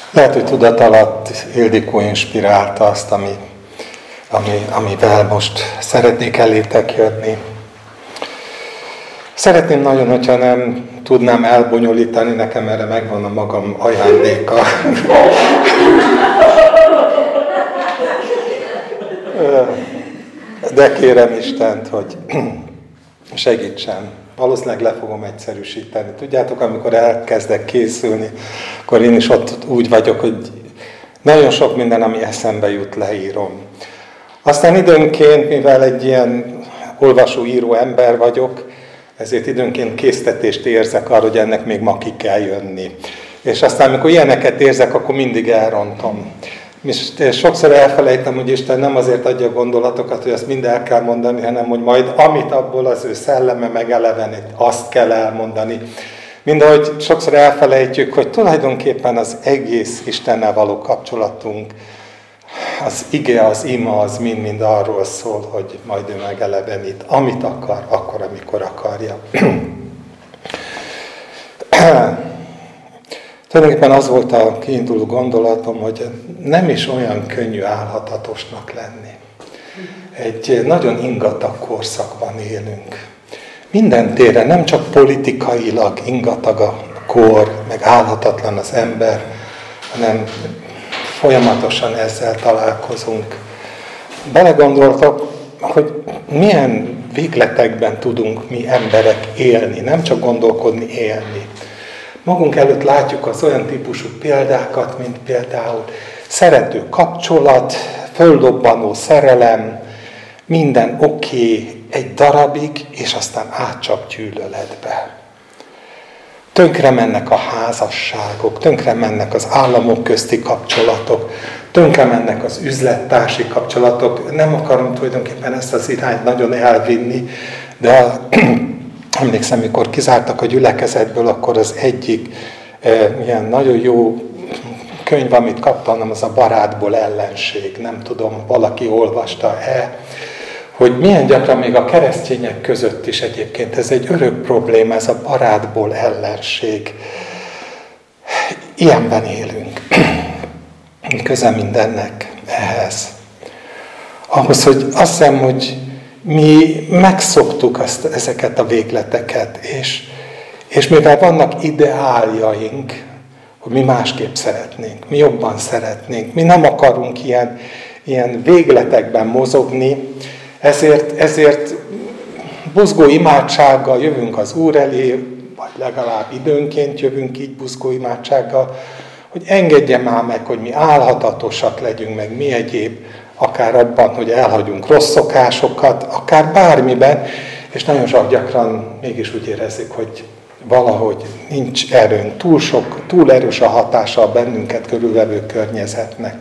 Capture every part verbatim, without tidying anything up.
Lehet, hogy tudat alatt Ildikó inspirálta azt, ami, ami, amivel most szeretnék elétek jönni. Szeretném nagyon, hogyha nem tudnám elbonyolítani, nekem erre megvan a magam ajándéka. De kérem Istent, hogy segítsen. Valószínűleg le fogom egyszerűsíteni. Tudjátok, amikor elkezdek készülni, akkor én is ott úgy vagyok, hogy nagyon sok minden, ami eszembe jut, leírom. Aztán időnként, mivel egy ilyen olvasó-író ember vagyok, ezért időnként késztetést érzek arra, hogy ennek még ma ki kell jönni. És aztán, amikor ilyeneket érzek, akkor mindig elrontom. És sokszor elfelejtem, hogy Isten nem azért adja a gondolatokat, hogy azt mind el kell mondani, hanem hogy majd amit abból az ő szelleme megelevenít, azt kell elmondani. Mindahogy sokszor elfelejtjük, hogy tulajdonképpen az egész Istennel való kapcsolatunk, az ige, az ima, az mind-mind arról szól, hogy majd ő megelevenít, amit akar, akkor, amikor akarja. Tulajdonképpen az volt a kiinduló gondolatom, hogy nem is olyan könnyű álhatatosnak lenni. Egy nagyon ingatag korszakban élünk. Minden téren, nem csak politikailag ingatag a kor, meg álhatatlan az ember, hanem folyamatosan ezzel találkozunk. Belegondoltak, hogy milyen végletekben tudunk mi emberek élni, nem csak gondolkodni, élni. Magunk előtt látjuk az olyan típusú példákat, mint például szerető kapcsolat, földobbanó szerelem, minden oké okay, egy darabig, és aztán átcsap gyűlöletbe. Tönkre mennek a házasságok, tönkre mennek az államok közti kapcsolatok, tönkre mennek az üzlettársi kapcsolatok. Nem akarom tulajdonképpen ezt az irányt nagyon elvinni, de emlékszem, mikor kizártak a gyülekezetből, akkor az egyik e, ilyen nagyon jó könyv, amit kaptam, az a Barátból ellenség. Nem tudom, valaki olvasta-e, hogy milyen gyakran még a keresztények között is egyébként ez egy örök probléma, ez a barátból ellenség. Ilyenben élünk. Köze mindennek ehhez. Ahhoz, hogy azt hiszem, hogy mi megszoktuk azt, ezeket a végleteket, és, és mivel vannak ideáljaink, hogy mi másképp szeretnénk, mi jobban szeretnénk, mi nem akarunk ilyen, ilyen végletekben mozogni, ezért, ezért buzgó imádsággal jövünk az Úr elé, vagy legalább időnként jövünk így buzgó imádsággal, hogy engedje már meg, hogy mi álhatatosak legyünk, meg mi egyéb, akár abban, hogy elhagyunk rossz szokásokat, akár bármiben, és nagyon sok gyakran mégis úgy érezzük, hogy valahogy nincs erőnk, túl, sok, túl erős a hatása a bennünket körülvevő környezetnek.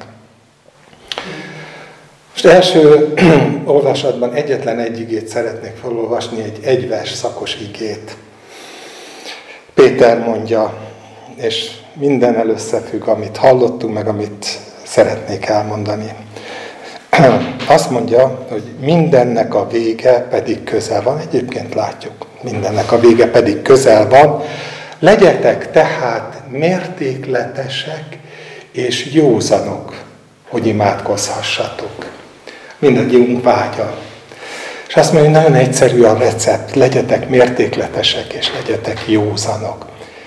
Most első olvasatban egyetlen egy igét szeretnék felolvasni, egy egyvers szakos igét. Péter mondja, és mindennel összefügg, amit hallottunk, meg amit szeretnék elmondani. Azt mondja, hogy mindennek a vége pedig közel van. Egyébként látjuk, mindennek a vége pedig közel van. Legyetek tehát mértékletesek és józanok, hogy imádkozhassatok. Mindannyiunk vágya. És azt mondja, hogy nagyon egyszerű a recept. Legyetek mértékletesek és legyetek józanok.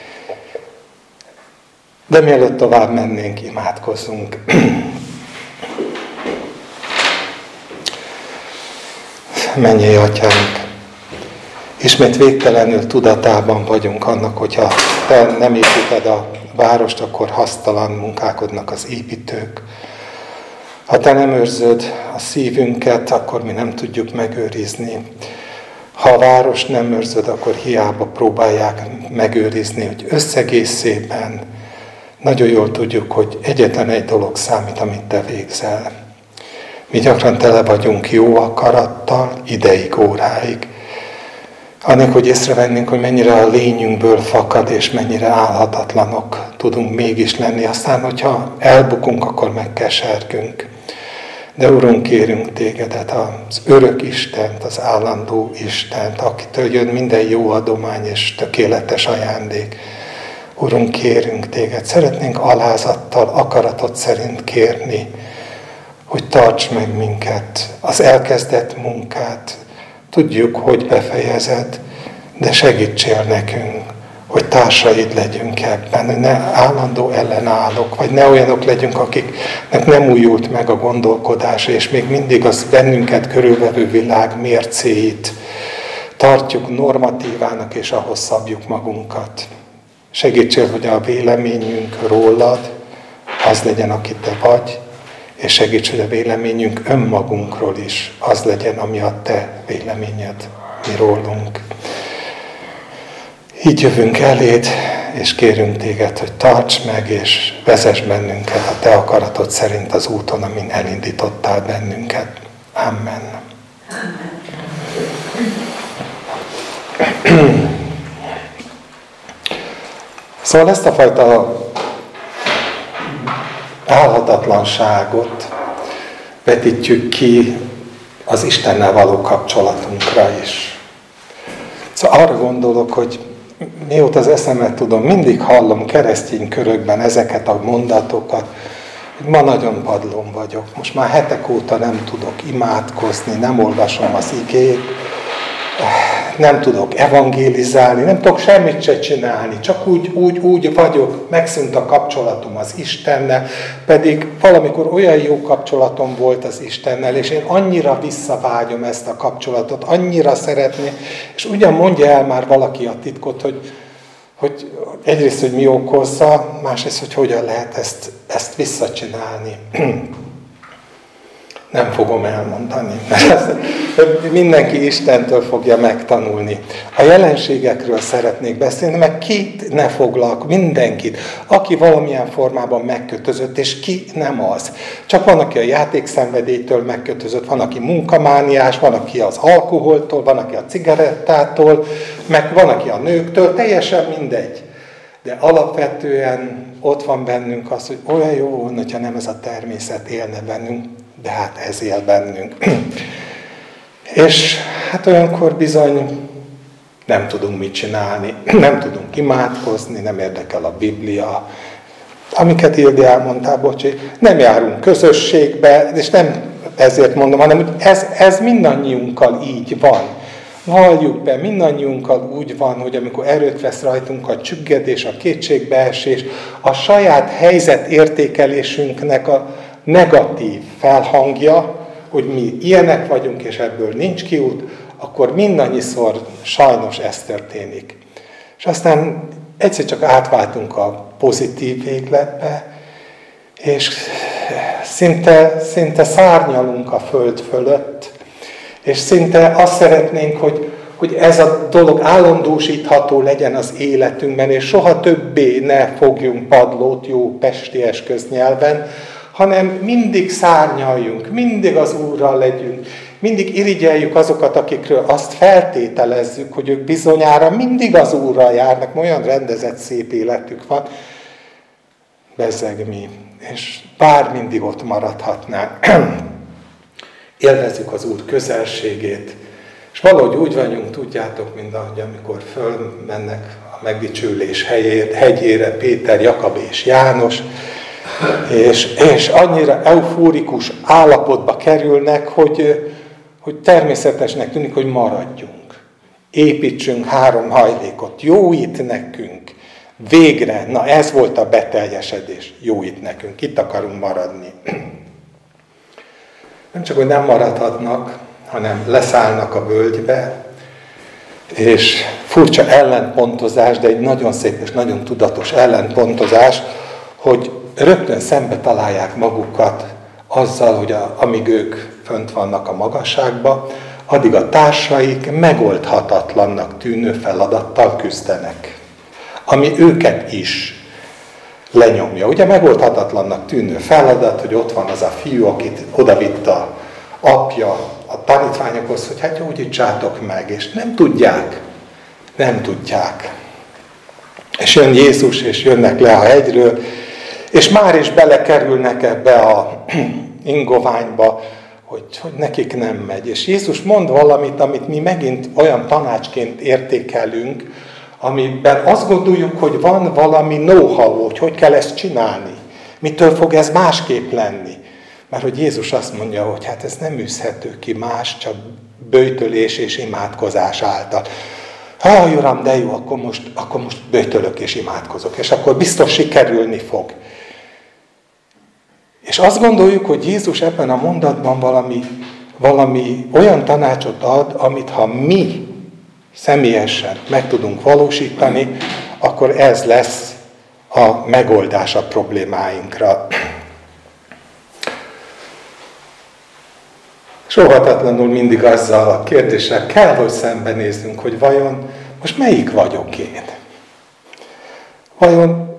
De mielőtt tovább mennénk, imádkozzunk. Mennyei Atyánk, ismét végtelenül tudatában vagyunk annak, hogyha Te nem építed a várost, akkor hasztalan munkálkodnak az építők. Ha Te nem őrzöd a szívünket, akkor mi nem tudjuk megőrizni. Ha a város nem őrzöd, akkor hiába próbálják megőrizni, hogy összegészében nagyon jól tudjuk, hogy egyetlen egy dolog számít, amit Te végzel. Mi gyakran tele vagyunk jó akarattal, ideig, óráig. Annak, hogy észrevennénk, hogy mennyire a lényünkből fakad, és mennyire álhatatlanok tudunk mégis lenni. Aztán, hogyha elbukunk, akkor megkesergünk. De Urunk, kérünk Tégedet, az örök Istent, az állandó Istent, akitől jön minden jó adomány és tökéletes ajándék. Urunk, kérünk téged, szeretnénk alázattal, akaratot szerint kérni, hogy tarts meg minket, az elkezdett munkát. Tudjuk, hogy befejezed, de segítsél nekünk, hogy társaid legyünk ebben, hogy ne állandó ellenállók, vagy ne olyanok legyünk, akiknek nem újult meg a gondolkodása, és még mindig az bennünket körülvevő világ mércéit tartjuk normatívának, és ahhoz szabjuk magunkat. Segítsél, hogy a véleményünk rólad az legyen, aki te vagy, és segíts, hogy a véleményünk önmagunkról is az legyen, ami a te véleményed mi rólunk. Így jövünk eléd, és kérünk téged, hogy tarts meg, és vezess bennünket a te akaratod szerint az úton, amin elindítottál bennünket. Amen. Szóval ezt a fajta álhatatlanságot vetítjük ki az Istennel való kapcsolatunkra is. Szóval arra gondolok, hogy mióta az eszemet tudom, mindig hallom keresztény körökben ezeket a mondatokat, hogy ma nagyon padlón vagyok, most már hetek óta nem tudok imádkozni, nem olvasom az igét, nem tudok evangélizálni, nem tudok semmit se csinálni, csak úgy, úgy, úgy vagyok, megszűnt a kapcsolatom az Istennel, pedig valamikor olyan jó kapcsolatom volt az Istennel, és én annyira visszavágyom ezt a kapcsolatot, annyira szeretném, és ugyan mondja el már valaki a titkot, hogy, hogy egyrészt, hogy mi okozza, másrészt, hogy hogyan lehet ezt, ezt visszacsinálni. Nem fogom elmondani, mert mindenki Istentől fogja megtanulni. A jelenségekről szeretnék beszélni, meg kit ne foglalk, mindenkit, aki valamilyen formában megkötözött, és ki nem az. Csak van, aki a játékszenvedélytől megkötözött, van, aki munkamániás, van, aki az alkoholtól, van, aki a cigarettától, meg van, aki a nőktől, teljesen mindegy. De alapvetően ott van bennünk az, hogy olyan jó volna, hogyha nem ez a természet élne bennünk, de hát ez él bennünk. És hát olyankor bizony nem tudunk mit csinálni, nem tudunk imádkozni, nem érdekel a Biblia, amiket Ildi elmondtál, bocsi, nem járunk közösségbe, és nem ezért mondom, hanem hogy ez, ez mindannyiunkkal így van. Valljuk be, mindannyiunkkal úgy van, hogy amikor erőt vesz rajtunk a csüggedés, a kétségbeesés, a saját helyzetértékelésünknek a negatív felhangja, hogy mi ilyenek vagyunk, és ebből nincs kiút, akkor mindannyiszor sajnos ez történik. És aztán egyszer csak átváltunk a pozitív végletbe, és szinte, szinte szárnyalunk a föld fölött, és szinte azt szeretnénk, hogy, hogy ez a dolog állandósítható legyen az életünkben, és soha többé ne fogjunk padlót jó pesties köznyelven, hanem mindig szárnyaljunk, mindig az Úrral legyünk, mindig irigyeljük azokat, akikről azt feltételezzük, hogy ők bizonyára mindig az Úrral járnak, olyan rendezett szép életük van, bezzeg mi, és bár mindig ott maradhatnánk. Élvezzük az Úr közelségét, és valahogy úgy vagyunk, tudjátok, mint ahogy amikor fölmennek a megdicsülés helyére, hegyére Péter, Jakab és János, és, és annyira eufórikus állapotba kerülnek, hogy, hogy természetesnek tűnik, hogy maradjunk. Építsünk három hajlékot, jó itt nekünk. Végre, na ez volt a beteljesedés, jó itt nekünk, itt akarunk maradni. Nem csak, hogy nem maradhatnak, hanem leszállnak a völgybe, és furcsa ellentpontozás, de egy nagyon szép és nagyon tudatos ellentpontozás, hogy rögtön szembe találják magukat azzal, hogy a, amíg ők fönt vannak a magasságba, addig a társaik megoldhatatlannak tűnő feladattal küzdenek, ami őket is lenyomja. Ugye megoldhatatlannak tűnő feladat, hogy ott van az a fiú, akit odavitt a apja a tanítványokhoz, hogy hát gyógyítsátok meg, és nem tudják, nem tudják. És jön Jézus, és jönnek le a hegyről, és már is belekerülnek ebbe a ingoványba, hogy, hogy nekik nem megy. És Jézus mond valamit, amit mi megint olyan tanácsként értékelünk, amiben azt gondoljuk, hogy van valami know-how, hogy hogy kell ezt csinálni. Mitől fog ez másképp lenni? Mert hogy Jézus azt mondja, hogy hát ez nem űzhető ki más, csak böjtölés és imádkozás által. Ha, Uram, de jó, akkor most, akkor most böjtölök és imádkozok, és akkor biztos sikerülni fog. És azt gondoljuk, hogy Jézus ebben a mondatban valami, valami olyan tanácsot ad, amit ha mi személyesen meg tudunk valósítani, akkor ez lesz a megoldás a problémáinkra. Sohatatlanul mindig azzal a kérdéssel kell, hogy szembenézzünk, hogy vajon most melyik vagyok én? Vajon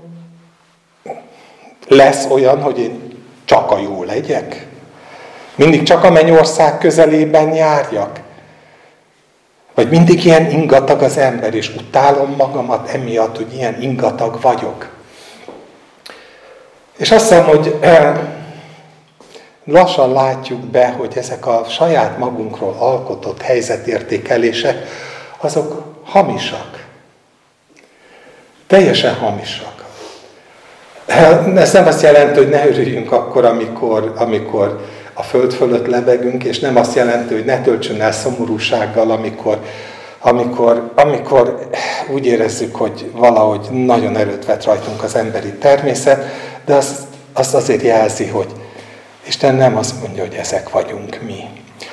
lesz olyan, hogy én csak a jó legyek? Mindig csak a mennyország közelében járjak? Vagy mindig ilyen ingatag az ember, és utálom magamat emiatt, hogy ilyen ingatag vagyok? És azt hiszem, hogy lassan látjuk be, hogy ezek a saját magunkról alkotott helyzetértékelések, azok hamisak. Teljesen hamisak. Ez nem azt jelenti, hogy ne örüljünk akkor, amikor, amikor a föld fölött lebegünk, és nem azt jelenti, hogy ne töltsön el szomorúsággal, amikor, amikor, amikor úgy érezzük, hogy valahogy nagyon erőt vett rajtunk az emberi természet, de az, az azért jelzi, hogy Isten nem azt mondja, hogy ezek vagyunk mi.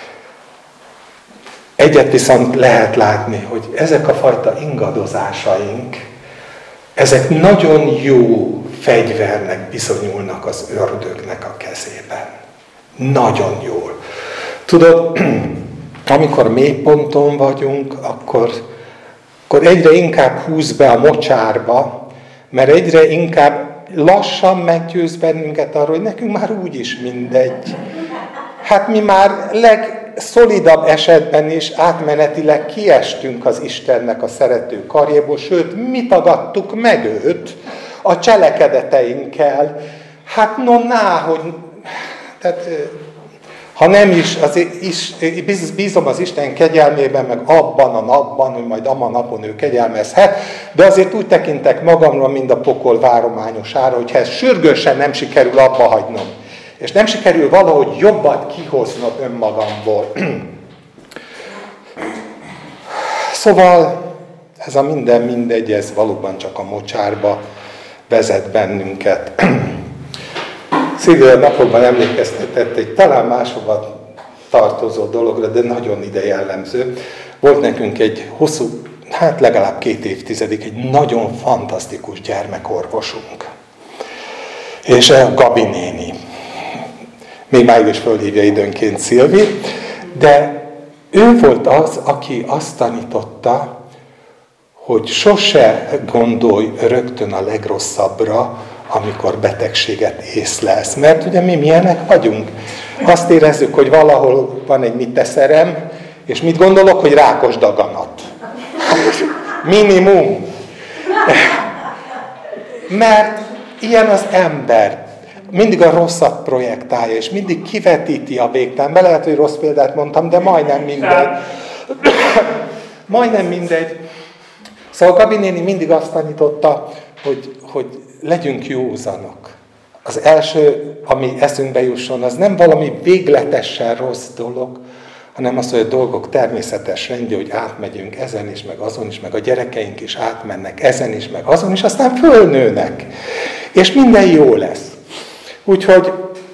Egyet viszont lehet látni, hogy ezek a fajta ingadozásaink, ezek nagyon jó fegyvernek bizonyulnak az ördögnek a kezében. Nagyon jól. Tudod, amikor mélyponton vagyunk, akkor, akkor egyre inkább húz be a mocsárba, mert egyre inkább lassan meggyőz bennünket arról, hogy nekünk már úgyis mindegy. Hát mi már legszolidabb esetben is átmenetileg kiestünk az Istennek a szerető karjából, sőt, mi tagadtuk meg őt a cselekedeteinkkel. Hát no, ná, hogy... Tehát, ha nem is, azért is, bízom az Isten kegyelmében, meg abban a napban, hogy majd ama napon ő kegyelmezhet, de azért úgy tekintek magamra, mint a pokol várományosára, hogyha ez sürgősen nem sikerül abba hagynom, és nem sikerül valahogy jobbat kihoznom önmagamból. Szóval ez a minden mindegy, ez valóban csak a mocsárba vezet bennünket. Szilvia napokban emlékeztetett egy talán máshova tartozó dologra, de nagyon ide jellemző. Volt nekünk egy hosszú, hát legalább két évtizedig egy nagyon fantasztikus gyermekorvosunk. És Gabi néni. Még máig is fölhívja időnként Szilvi, de ő volt az, aki azt tanította, hogy sose gondolj rögtön a legrosszabbra, amikor betegséget észlelsz. Mert ugye mi milyenek vagyunk? Azt érezzük, hogy valahol van egy mitteszerem, és mit gondolok, hogy rákos daganat. Minimum. Mert ilyen az ember. Mindig a rosszat projektálja, és mindig kivetíti a végtelenbe. Lehet, hogy rossz példát mondtam, de majdnem mindegy. majdnem mindegy. Szóval Gabi néni mindig azt tanította, hogy, hogy legyünk józanok. Az első, ami eszünkbe jusson, az nem valami végletesen rossz dolog, hanem az, hogy a dolgok természetes rendje, hogy átmegyünk ezen is, meg azon is, meg a gyerekeink is átmennek ezen is, meg azon is, aztán fölnőnek. És minden jó lesz. Úgyhogy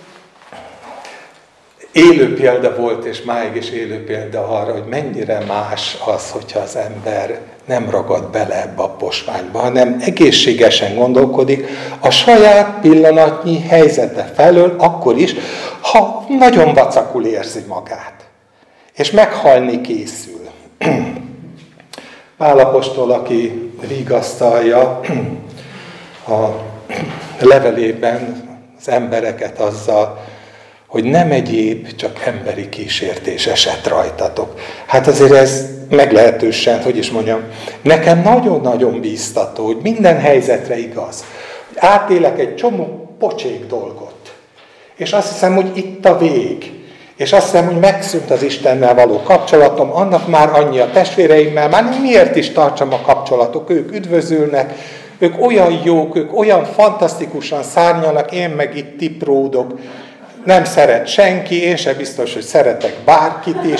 élő példa volt, és máig is élő példa arra, hogy mennyire más az, hogyha az ember nem ragad bele ebbe a posványba, hanem egészségesen gondolkodik a saját pillanatnyi helyzete felől, akkor is, ha nagyon vacakul érzi magát, és meghalni készül. Pál apostol, aki vigasztalja a levelében az embereket azzal, hogy nem egyéb, csak emberi kísértés esett rajtatok. Hát azért ez meglehetősen, hogy is mondjam, nekem nagyon-nagyon bíztató, hogy minden helyzetre igaz. Hogy átélek egy csomó pocsék dolgot. És azt hiszem, hogy itt a vég. És azt hiszem, hogy megszűnt az Istennel való kapcsolatom, annak már annyi a testvéreimmel, már miért is tartsam a kapcsolatok, ők üdvözülnek, ők olyan jók, ők olyan fantasztikusan szárnyalnak, én meg itt tipródok, nem szeret senki, én sem biztos, hogy szeretek bárkit is.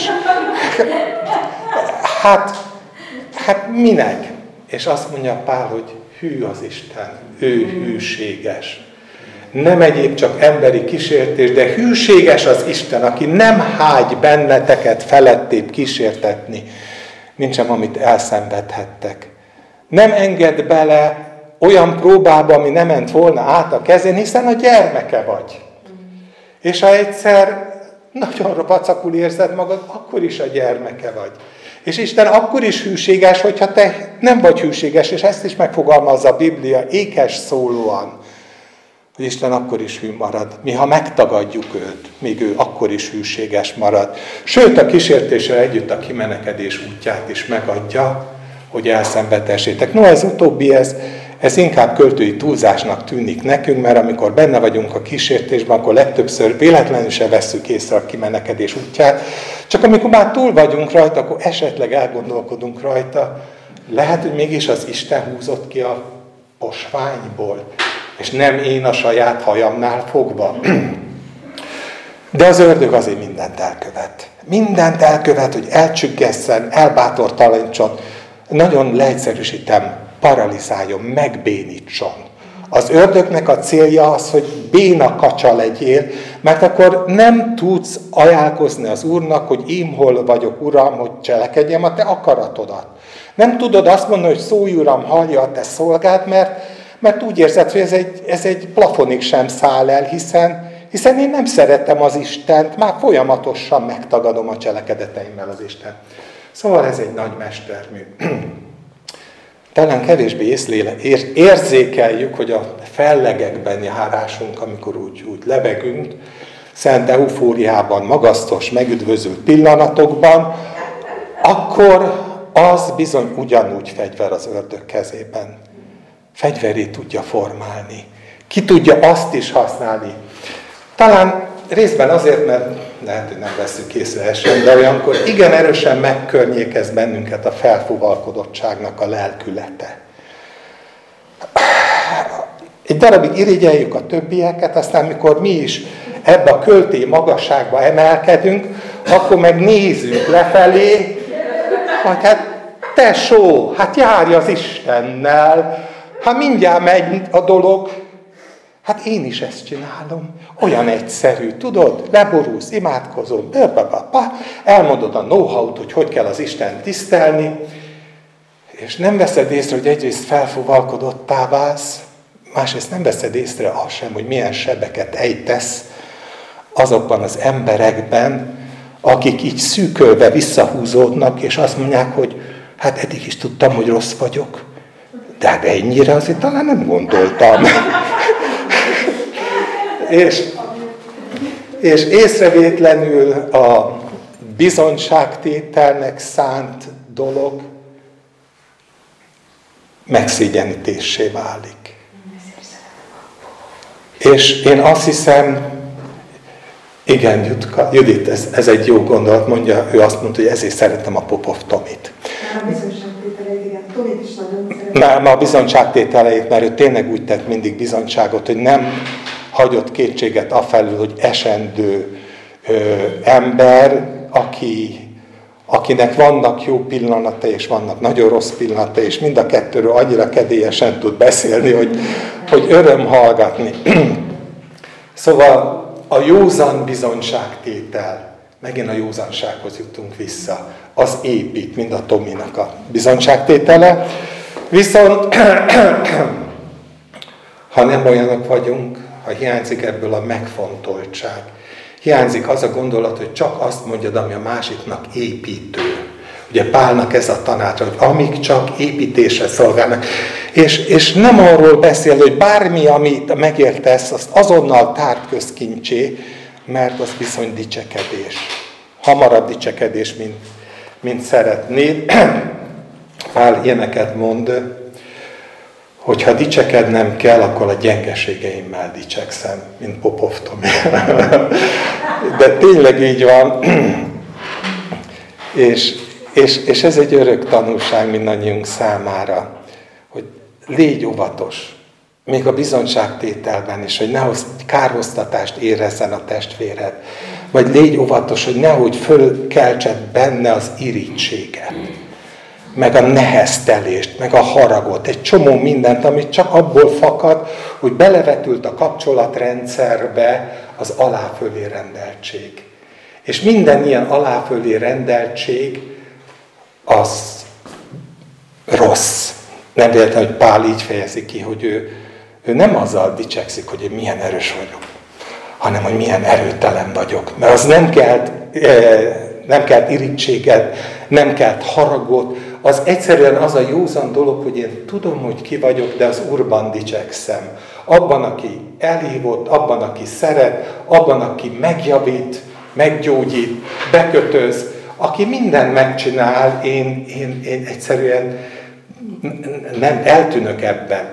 Hát, hát minek? És azt mondja Pál, hogy hű az Isten, ő hűséges. Nem egyéb csak emberi kísértés, de hűséges az Isten, aki nem hágy benneteket felettébb kísértetni, mint sem amit elszenvedhettek. Nem enged bele olyan próbába, ami nem ment volna át a kezén, hiszen a gyermeke vagy. És ha egyszer nagyon vacakul érzed magad, akkor is a gyermeke vagy. És Isten akkor is hűséges, hogyha te nem vagy hűséges, és ezt is megfogalmazza a Biblia ékes szólóan, hogy Isten akkor is hű marad. Mi, ha megtagadjuk őt, még ő akkor is hűséges marad. Sőt, a kísértéssel együtt a kimenekedés útját is megadja, hogy elszenvedhessétek. No, ez utóbbi, ez, ez inkább költői túlzásnak tűnik nekünk, mert amikor benne vagyunk a kísértésben, akkor legtöbbször véletlenül se vesszük észre a kimenekedés útját. Csak amikor már túl vagyunk rajta, akkor esetleg elgondolkodunk rajta. Lehet, hogy mégis az Isten húzott ki a posványból, és nem én a saját hajamnál fogva. De az ördög azért mindent elkövet. Mindent elkövet, hogy elcsüggesszen, elbátortalanítson, nagyon leegyszerűsítem, paralizáljon, megbénítson. Az ördögnek a célja az, hogy béna kacsa legyél, mert akkor nem tudsz ajánlkozni az Úrnak, hogy én hol vagyok, Uram, hogy cselekedjem a te akaratodat. Nem tudod azt mondani, hogy szólj, Uram, hallja a te szolgád, mert, mert úgy érzed, hogy ez egy, ez egy plafonig sem száll el, hiszen, hiszen én nem szeretem az Istent, már folyamatosan megtagadom a cselekedeteimmel az Istent. Szóval ez egy nagy mestermű. Talán kevésbé észléle, ér, érzékeljük, hogy a fellegekben járásunk, amikor úgy, úgy levegünk, szent eufóriában, magasztos, megüdvözült pillanatokban, akkor az bizony ugyanúgy fegyver az ördög kezében. Fegyverét tudja formálni. Ki tudja azt is használni. Talán részben azért, mert lehet, hogy nem veszük észre sem, de olyankor igen erősen megkörnyékez bennünket a felfúvalkodottságnak a lelkülete. Egy darabig irigyeljük a többieket, aztán mikor mi is ebbe a költély magasságba emelkedünk, akkor meg nézünk lefelé, hogy hát tesó, hát járj az Istennel, hát mindjárt megy a dolog. Hát én is ezt csinálom. Olyan egyszerű, tudod? Leborulsz, imádkozol, elmondod a know-how-t, hogy hogy kell az Isten tisztelni, és nem veszed észre, hogy egyrészt felfúvalkodottá válsz, másrészt nem veszed észre azt sem, hogy milyen sebeket ejtesz azokban az emberekben, akik így szűkölve visszahúzódnak, és azt mondják, hogy hát eddig is tudtam, hogy rossz vagyok, de hát ennyire azért talán nem gondoltam. És, és észrevétlenül a bizonyságtételnek szánt dolog megszégyenítéssé válik. És én azt hiszem, igen, Jutka, Judit, ez, ez egy jó gondolat, mondja, ő azt mondta, hogy ezért szeretem a Popov Tomit. A bizonyságtételeit, igen, Tomit is nagyon szeretem. Már a bizonyságtételeit, mert ő tényleg úgy tett mindig bizonyságot, hogy nem hagyott kétséget afelől, hogy esendő ö, ember, aki, akinek vannak jó pillanatai, és vannak nagyon rossz pillanatai, és mind a kettőről annyira kedélyesen tud beszélni, hogy, hogy öröm hallgatni. Szóval a józan bizonyságtétel, megint a józansághoz jutunk vissza, az épít, mind a Tominak a bizonyságtétele. Viszont, ha nem olyanok vagyunk, ha hiányzik ebből a megfontoltság, hiányzik az a gondolat, hogy csak azt mondjad, ami a másiknak építő. Ugye Pálnak ez a tanácsa, hogy amik csak építésre szolgálnak. És, és nem arról beszél, hogy bármi, amit megértesz, azt azonnal tárd közkincsé, mert az bizony dicsekedés. Hamarabb dicsekedés, mint, mint szeretnéd. Pál ilyeneket mond, hogyha dicsekednem kell, akkor a gyengeségeimmel dicsekszem, mint Popov Tomi. De tényleg így van. és, és, és ez egy örök tanulság mindannyiunk számára, hogy légy óvatos, még a bizonyságtételben is, hogy nehogy kárhoztatást érezzen a testvéred, vagy légy óvatos, hogy nehogy fölkeltsed benne az irítséget, meg a neheztelést, meg a haragot, egy csomó mindent, amit csak abból fakad, hogy belevetült a kapcsolatrendszerbe az aláfölé rendeltség. És minden ilyen aláfölé rendeltség az rossz. Nem véletlen, hogy Pál így fejezi ki, hogy ő, ő nem azzal dicsekszik, hogy én milyen erős vagyok, hanem hogy milyen erőtelen vagyok. Mert az nem kelt, nem kelt irítséget, nem kelt haragot, az egyszerűen az a józan dolog, hogy én tudom, hogy ki vagyok, de az Úrban dicsekszem. Abban, aki elhívott, abban, aki szeret, abban, aki megjavít, meggyógyít, bekötöz, aki mindent megcsinál, én, én, én egyszerűen nem eltűnök ebben.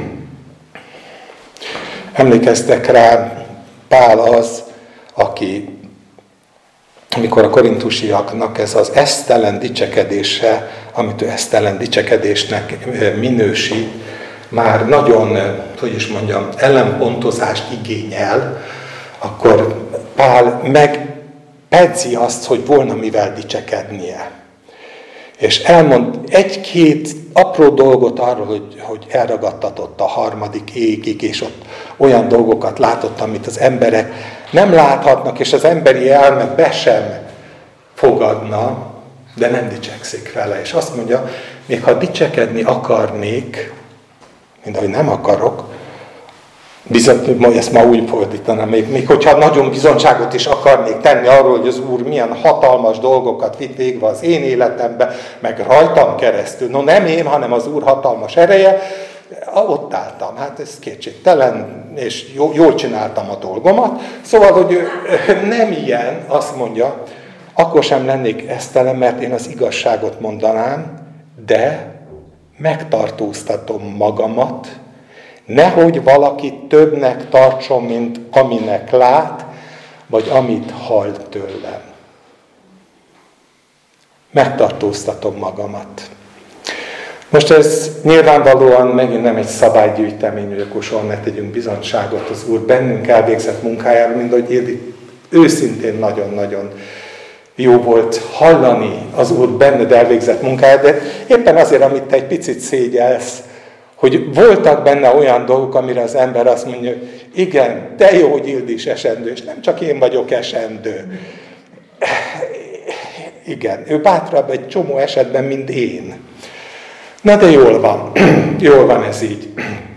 Emlékeztek rá, Pál az, aki, amikor a korintusiaknak ez az esztelen dicsekedése, amit ő esztelen dicsekedésnek minősít, már nagyon, hogy is mondjam, ellenpontozást igényel, akkor Pál megpedzi azt, hogy volna mivel dicsekednie. És elmond egy-két apró dolgot arról, hogy, hogy elragadtatott a harmadik égig, és ott olyan dolgokat látott, amit az emberek nem láthatnak, és az emberi elme be sem fogadna, de nem dicsekszik vele. És azt mondja, még ha dicsekedni akarnék, mint ahogy nem akarok, bizony, ezt ma úgy fordítanám, még, még hogyha nagyon bizonyságot is akarnék tenni arról, hogy az Úr milyen hatalmas dolgokat vitt végbe az én életembe, meg rajtam keresztül. No nem én, hanem az Úr hatalmas ereje, ott álltam. Hát ez kétségtelen, és jól csináltam a dolgomat. Szóval, hogy ő nem ilyen, azt mondja, akkor sem lennék esztelen, mert én az igazságot mondanám, de megtartóztatom magamat, nehogy valaki többnek tartson, mint aminek lát, vagy amit hall tőlem. Megtartóztatom magamat. Most ez nyilvánvalóan megint nem egy szabálygyűjtemény, hogy akkor soha ne tegyünk bizonyságot az Úr bennünk elvégzett munkájára, mint ahogy Édi őszintén nagyon-nagyon jó volt hallani az Úr benned elvégzett munkáját, de éppen azért, amit te egy picit szégyelsz, hogy voltak benne olyan dolgok, amire az ember azt mondja, hogy igen, de jó, hogy Ildi is esendő, és nem csak én vagyok esendő. Igen, ő bátrabb egy csomó esetben, mint én. Na de jól van, jól van ez így.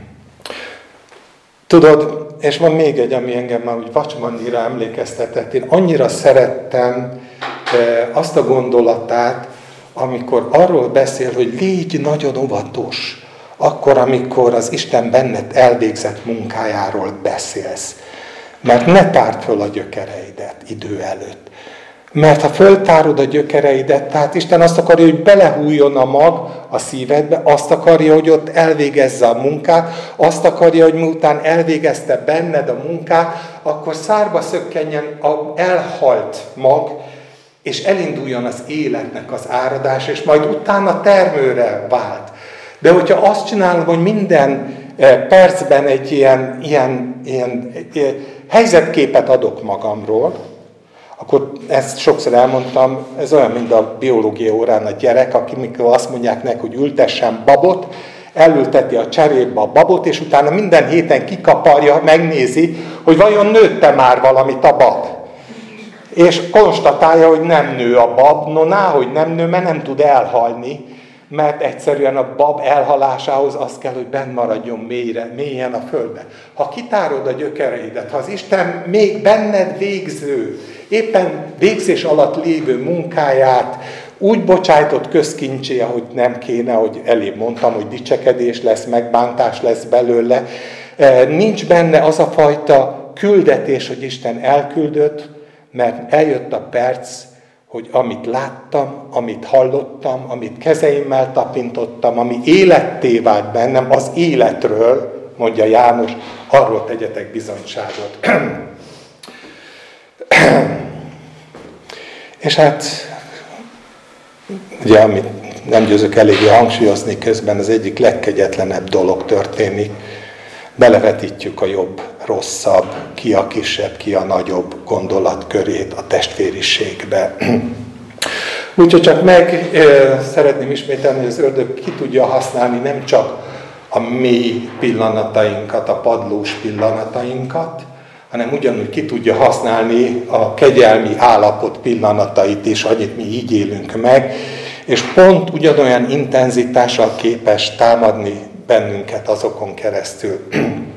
Tudod, és van még egy, ami engem már úgy vacsmanira emlékeztetett. Én annyira szerettem azt a gondolatát, amikor arról beszél, hogy légy nagyon óvatos, akkor, amikor az Isten benned elvégzett munkájáról beszélsz. Mert ne tárd föl a gyökereidet idő előtt. Mert ha föltárod a gyökereidet, tehát Isten azt akarja, hogy belehújjon a mag a szívedbe, azt akarja, hogy ott elvégezze a munkát, azt akarja, hogy miután elvégezte benned a munkát, akkor szárba szökkenjen a elhalt mag, és elinduljon az életnek az áradás, és majd utána termőre vált. De hogyha azt csinálom, hogy minden percben egy ilyen, ilyen, ilyen, ilyen helyzetképet adok magamról, akkor ezt sokszor elmondtam, ez olyan, mint a biológia órán a gyerek, aki mikor azt mondják neki, hogy ültessen babot, elülteti a cserébe a babot, és utána minden héten kikaparja, megnézi, hogy vajon nőtte már valamit a bab. És konstatálja, hogy nem nő a bab, no ná, hogy nem nő, mert nem tud elhalni, mert egyszerűen a bab elhalásához az kell, hogy benn maradjon mélyre, mélyen a földbe. Ha kitárod a gyökereidet, ha az Isten még benned végző, éppen végzés alatt lévő munkáját úgy bocsájtott közkincsé, ahogy nem kéne, hogy elébb mondtam, hogy dicsekedés lesz, megbántás lesz belőle, nincs benne az a fajta küldetés, hogy Isten elküldött, mert eljött a perc, hogy amit láttam, amit hallottam, amit kezeimmel tapintottam, ami életté vált bennem, az életről, mondja János, arról tegyetek bizonyságot. És hát, ugye, amit nem győzök eléggé hangsúlyozni, közben az egyik legkegyetlenebb dolog történik. Belevetítjük a jobb, rosszabb, ki a kisebb, ki a nagyobb gondolatkörét a testvériségbe. Úgyhogy csak meg e, szeretném ismételni, hogy az ördög ki tudja használni nem csak a mély pillanatainkat, a padlós pillanatainkat, hanem ugyanúgy ki tudja használni a kegyelmi állapot pillanatait is, annyit mi így élünk meg, és pont ugyanolyan intenzitással képes támadni bennünket azokon keresztül.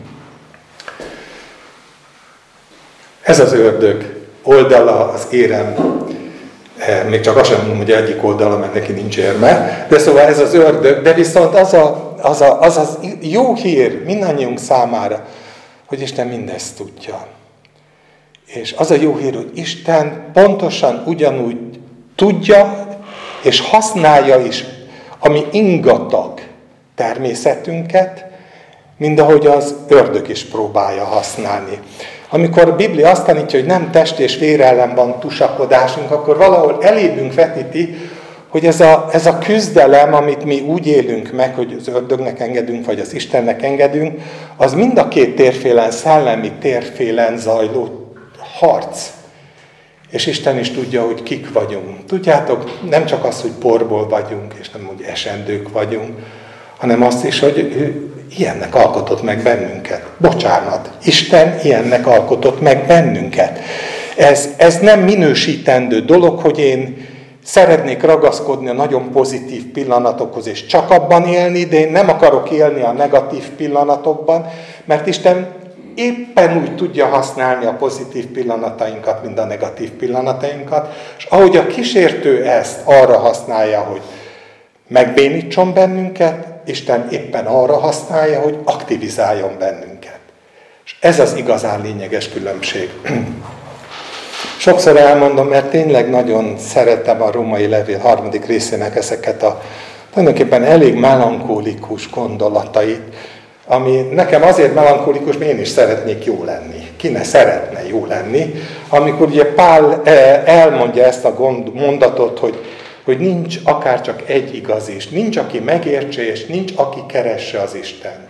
Ez az ördög oldala, az érem, még csak azt sem mondom, hogy egyik oldala, mert neki nincs érme, de szóval ez az ördög, de viszont az a, az, a, az, az jó hír mindannyiunk számára, hogy Isten mindezt tudja. És az a jó hír, hogy Isten pontosan ugyanúgy tudja, és használja is a mi ingatag természetünket, mint ahogy az ördög is próbálja használni. Amikor a Biblia azt tanítja, hogy nem test és vér ellen van tusakodásunk, akkor valahol elébünk vetíti, hogy ez a, ez a küzdelem, amit mi úgy élünk meg, hogy az ördögnek engedünk, vagy az Istennek engedünk, az mind a két térfélen, szellemi térfélen zajló harc. És Isten is tudja, hogy kik vagyunk. Tudjátok, nem csak az, hogy porból vagyunk, és nem, hogy esendők vagyunk, hanem azt is, hogy ő ilyennek alkotott meg bennünket. Bocsánat, Isten ilyennek alkotott meg bennünket. Ez, ez nem minősítendő dolog, hogy én szeretnék ragaszkodni a nagyon pozitív pillanatokhoz, és csak abban élni, de én nem akarok élni a negatív pillanatokban, mert Isten éppen úgy tudja használni a pozitív pillanatainkat, mint a negatív pillanatainkat, és ahogy a kísértő ezt arra használja, hogy megbénítson bennünket, Isten éppen arra használja, hogy aktivizáljon bennünket. És ez az igazán lényeges különbség. Sokszor elmondom, mert tényleg nagyon szeretem a római levél harmadik részének ezeket a tulajdonképpen elég melankólikus gondolatait, ami nekem azért melankólikus, mert én is szeretnék jó lenni. Ki ne szeretne jó lenni, amikor ugye Pál elmondja ezt a mondatot, hogy, hogy nincs akár csak egy igaz is, nincs, aki megértse, és nincs, aki keresse az Istent.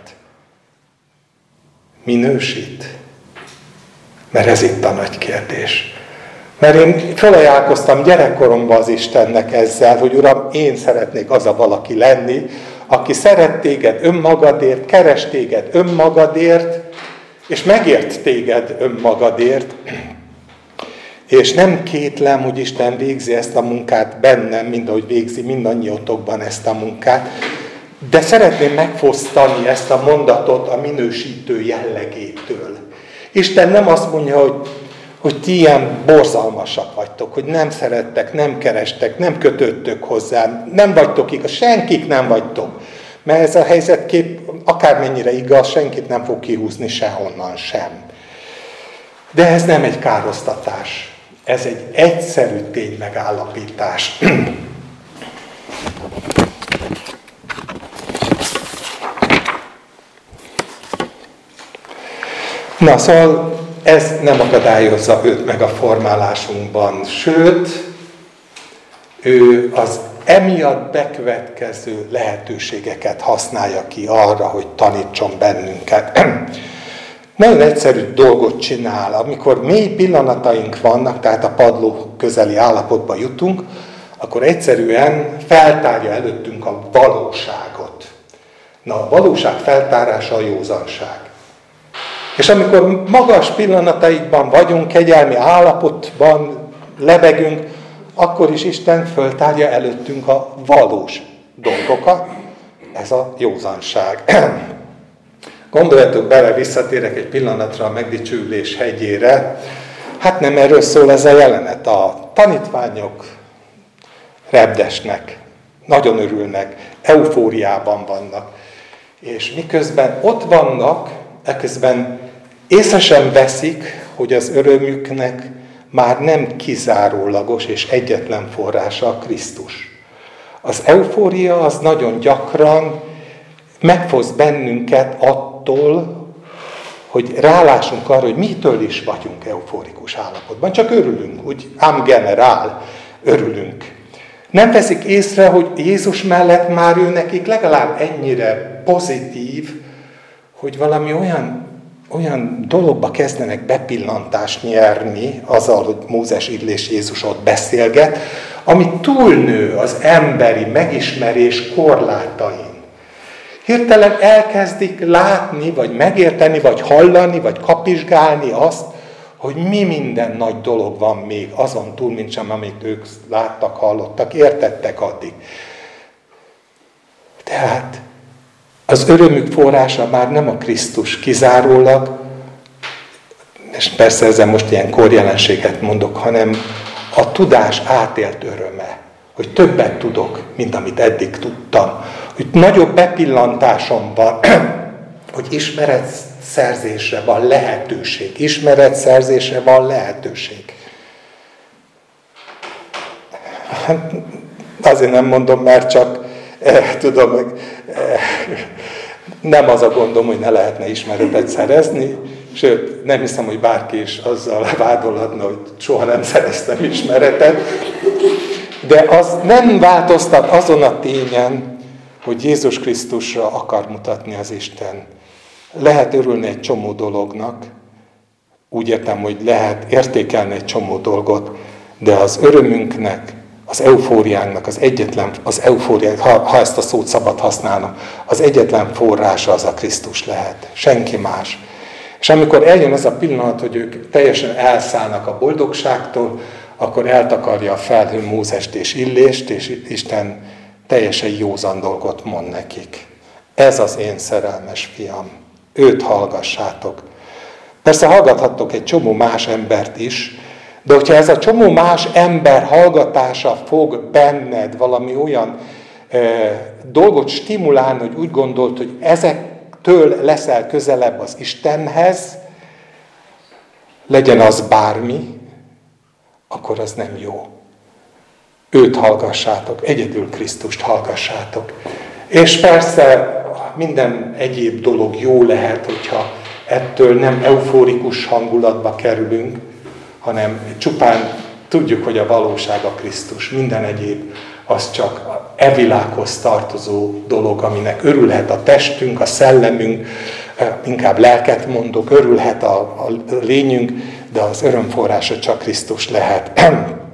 Minősít? Mert ez itt a nagy kérdés. Mert én felajánlkoztam gyerekkoromban az Istennek ezzel, hogy Uram, én szeretnék az a valaki lenni, aki szeret téged önmagadért, keres téged önmagadért, és megért téged önmagadért, és nem kétlem, hogy Isten végzi ezt a munkát bennem, mint ahogy végzi mindannyiatokban ezt a munkát, de szeretném megfosztani ezt a mondatot a minősítő jellegétől. Isten nem azt mondja, hogy hogy ti ilyen borzalmasak vagytok, hogy nem szerettek, nem kerestek, nem kötöttök hozzá, nem vagytok igaz, senkik nem vagytok. Mert ez a helyzetkép akármennyire igaz, senkit nem fog kihúzni sehonnan sem. De ez nem egy károsztatás, ez egy egyszerű ténymegállapítás. Na, szóval ez nem akadályozza őt meg a formálásunkban, sőt, ő az emiatt bekövetkező lehetőségeket használja ki arra, hogy tanítson bennünket. Nagyon egyszerű dolgot csinál, amikor mély pillanataink vannak, tehát a padló közeli állapotba jutunk, akkor egyszerűen feltárja előttünk a valóságot. Na, a valóság feltárása a józanság. És amikor magas pillanataikban vagyunk, kegyelmi állapotban lebegünk, akkor is Isten föltárja előttünk a valós dolgokat. Ez a józanság. Gondoljatok bele, visszatérek egy pillanatra a megdicsőülés hegyére. Hát nem erről szól ez a jelenet. A tanítványok repdesnek, nagyon örülnek, eufóriában vannak. És miközben ott vannak, ekközben észre sem veszik, hogy az örömüknek már nem kizárólagos és egyetlen forrása a Krisztus. Az eufória az nagyon gyakran megfoszt bennünket attól, hogy rálásunk arra, hogy mitől is vagyunk eufórikus állapotban. Csak örülünk, úgy am generál, örülünk. Nem veszik észre, hogy Jézus mellett már ő nekik legalább ennyire pozitív, hogy valami olyan, olyan dologba kezdenek bepillantást nyerni, azzal, hogy Mózes, Illés, Jézus ott beszélget, ami túlnő az emberi megismerés korlátain. Hirtelen elkezdik látni, vagy megérteni, vagy hallani, vagy kapizsgálni azt, hogy mi minden nagy dolog van még azon túl, mint sem, amit ők láttak, hallottak, értettek addig. Tehát az örömük forrása már nem a Krisztus kizárólag, és persze ezzel most ilyen korjelenséget mondok, hanem a tudás átélt öröme, hogy többet tudok, mint amit eddig tudtam, hogy nagyobb bepillantásom van, hogy ismeretszerzésre van lehetőség. Ismeretszerzésre van lehetőség. Azért nem mondom, mert csak eh, tudom, eh, nem az a gondom, hogy ne lehetne ismeretet szerezni, sőt, nem hiszem, hogy bárki is azzal vádolhatna, hogy soha nem szereztem ismeretet, de az nem változtat azon a tényen, hogy Jézus Krisztusra akar mutatni az Isten. Lehet örülni egy csomó dolognak, úgy értem, hogy lehet értékelni egy csomó dolgot, de az örömünknek, az eufóriánknak az egyetlen, az eufóriánk, ha, ha ezt a szót szabad használnom, az egyetlen forrása az a Krisztus lehet, senki más. És amikor eljön az a pillanat, hogy ők teljesen elszállnak a boldogságtól, akkor eltakarja a felhő Mózest és Illést, és Isten teljesen józan dolgot mond nekik. Ez az én szerelmes fiam. Őt hallgassátok. Persze hallgathattok egy csomó más embert is, de hogyha ez a csomó más ember hallgatása fog benned valami olyan e, dolgot stimulálni, hogy úgy gondolt, hogy ezektől leszel közelebb az Istenhez, legyen az bármi, akkor az nem jó. Őt hallgassátok, egyedül Krisztust hallgassátok. És persze minden egyéb dolog jó lehet, hogyha ettől nem eufórikus hangulatba kerülünk, hanem csupán tudjuk, hogy a valóság a Krisztus. Minden egyéb az csak e világhoz tartozó dolog, aminek örülhet a testünk, a szellemünk, inkább lelket mondok, örülhet a, a lényünk, de az örömforrása csak Krisztus lehet.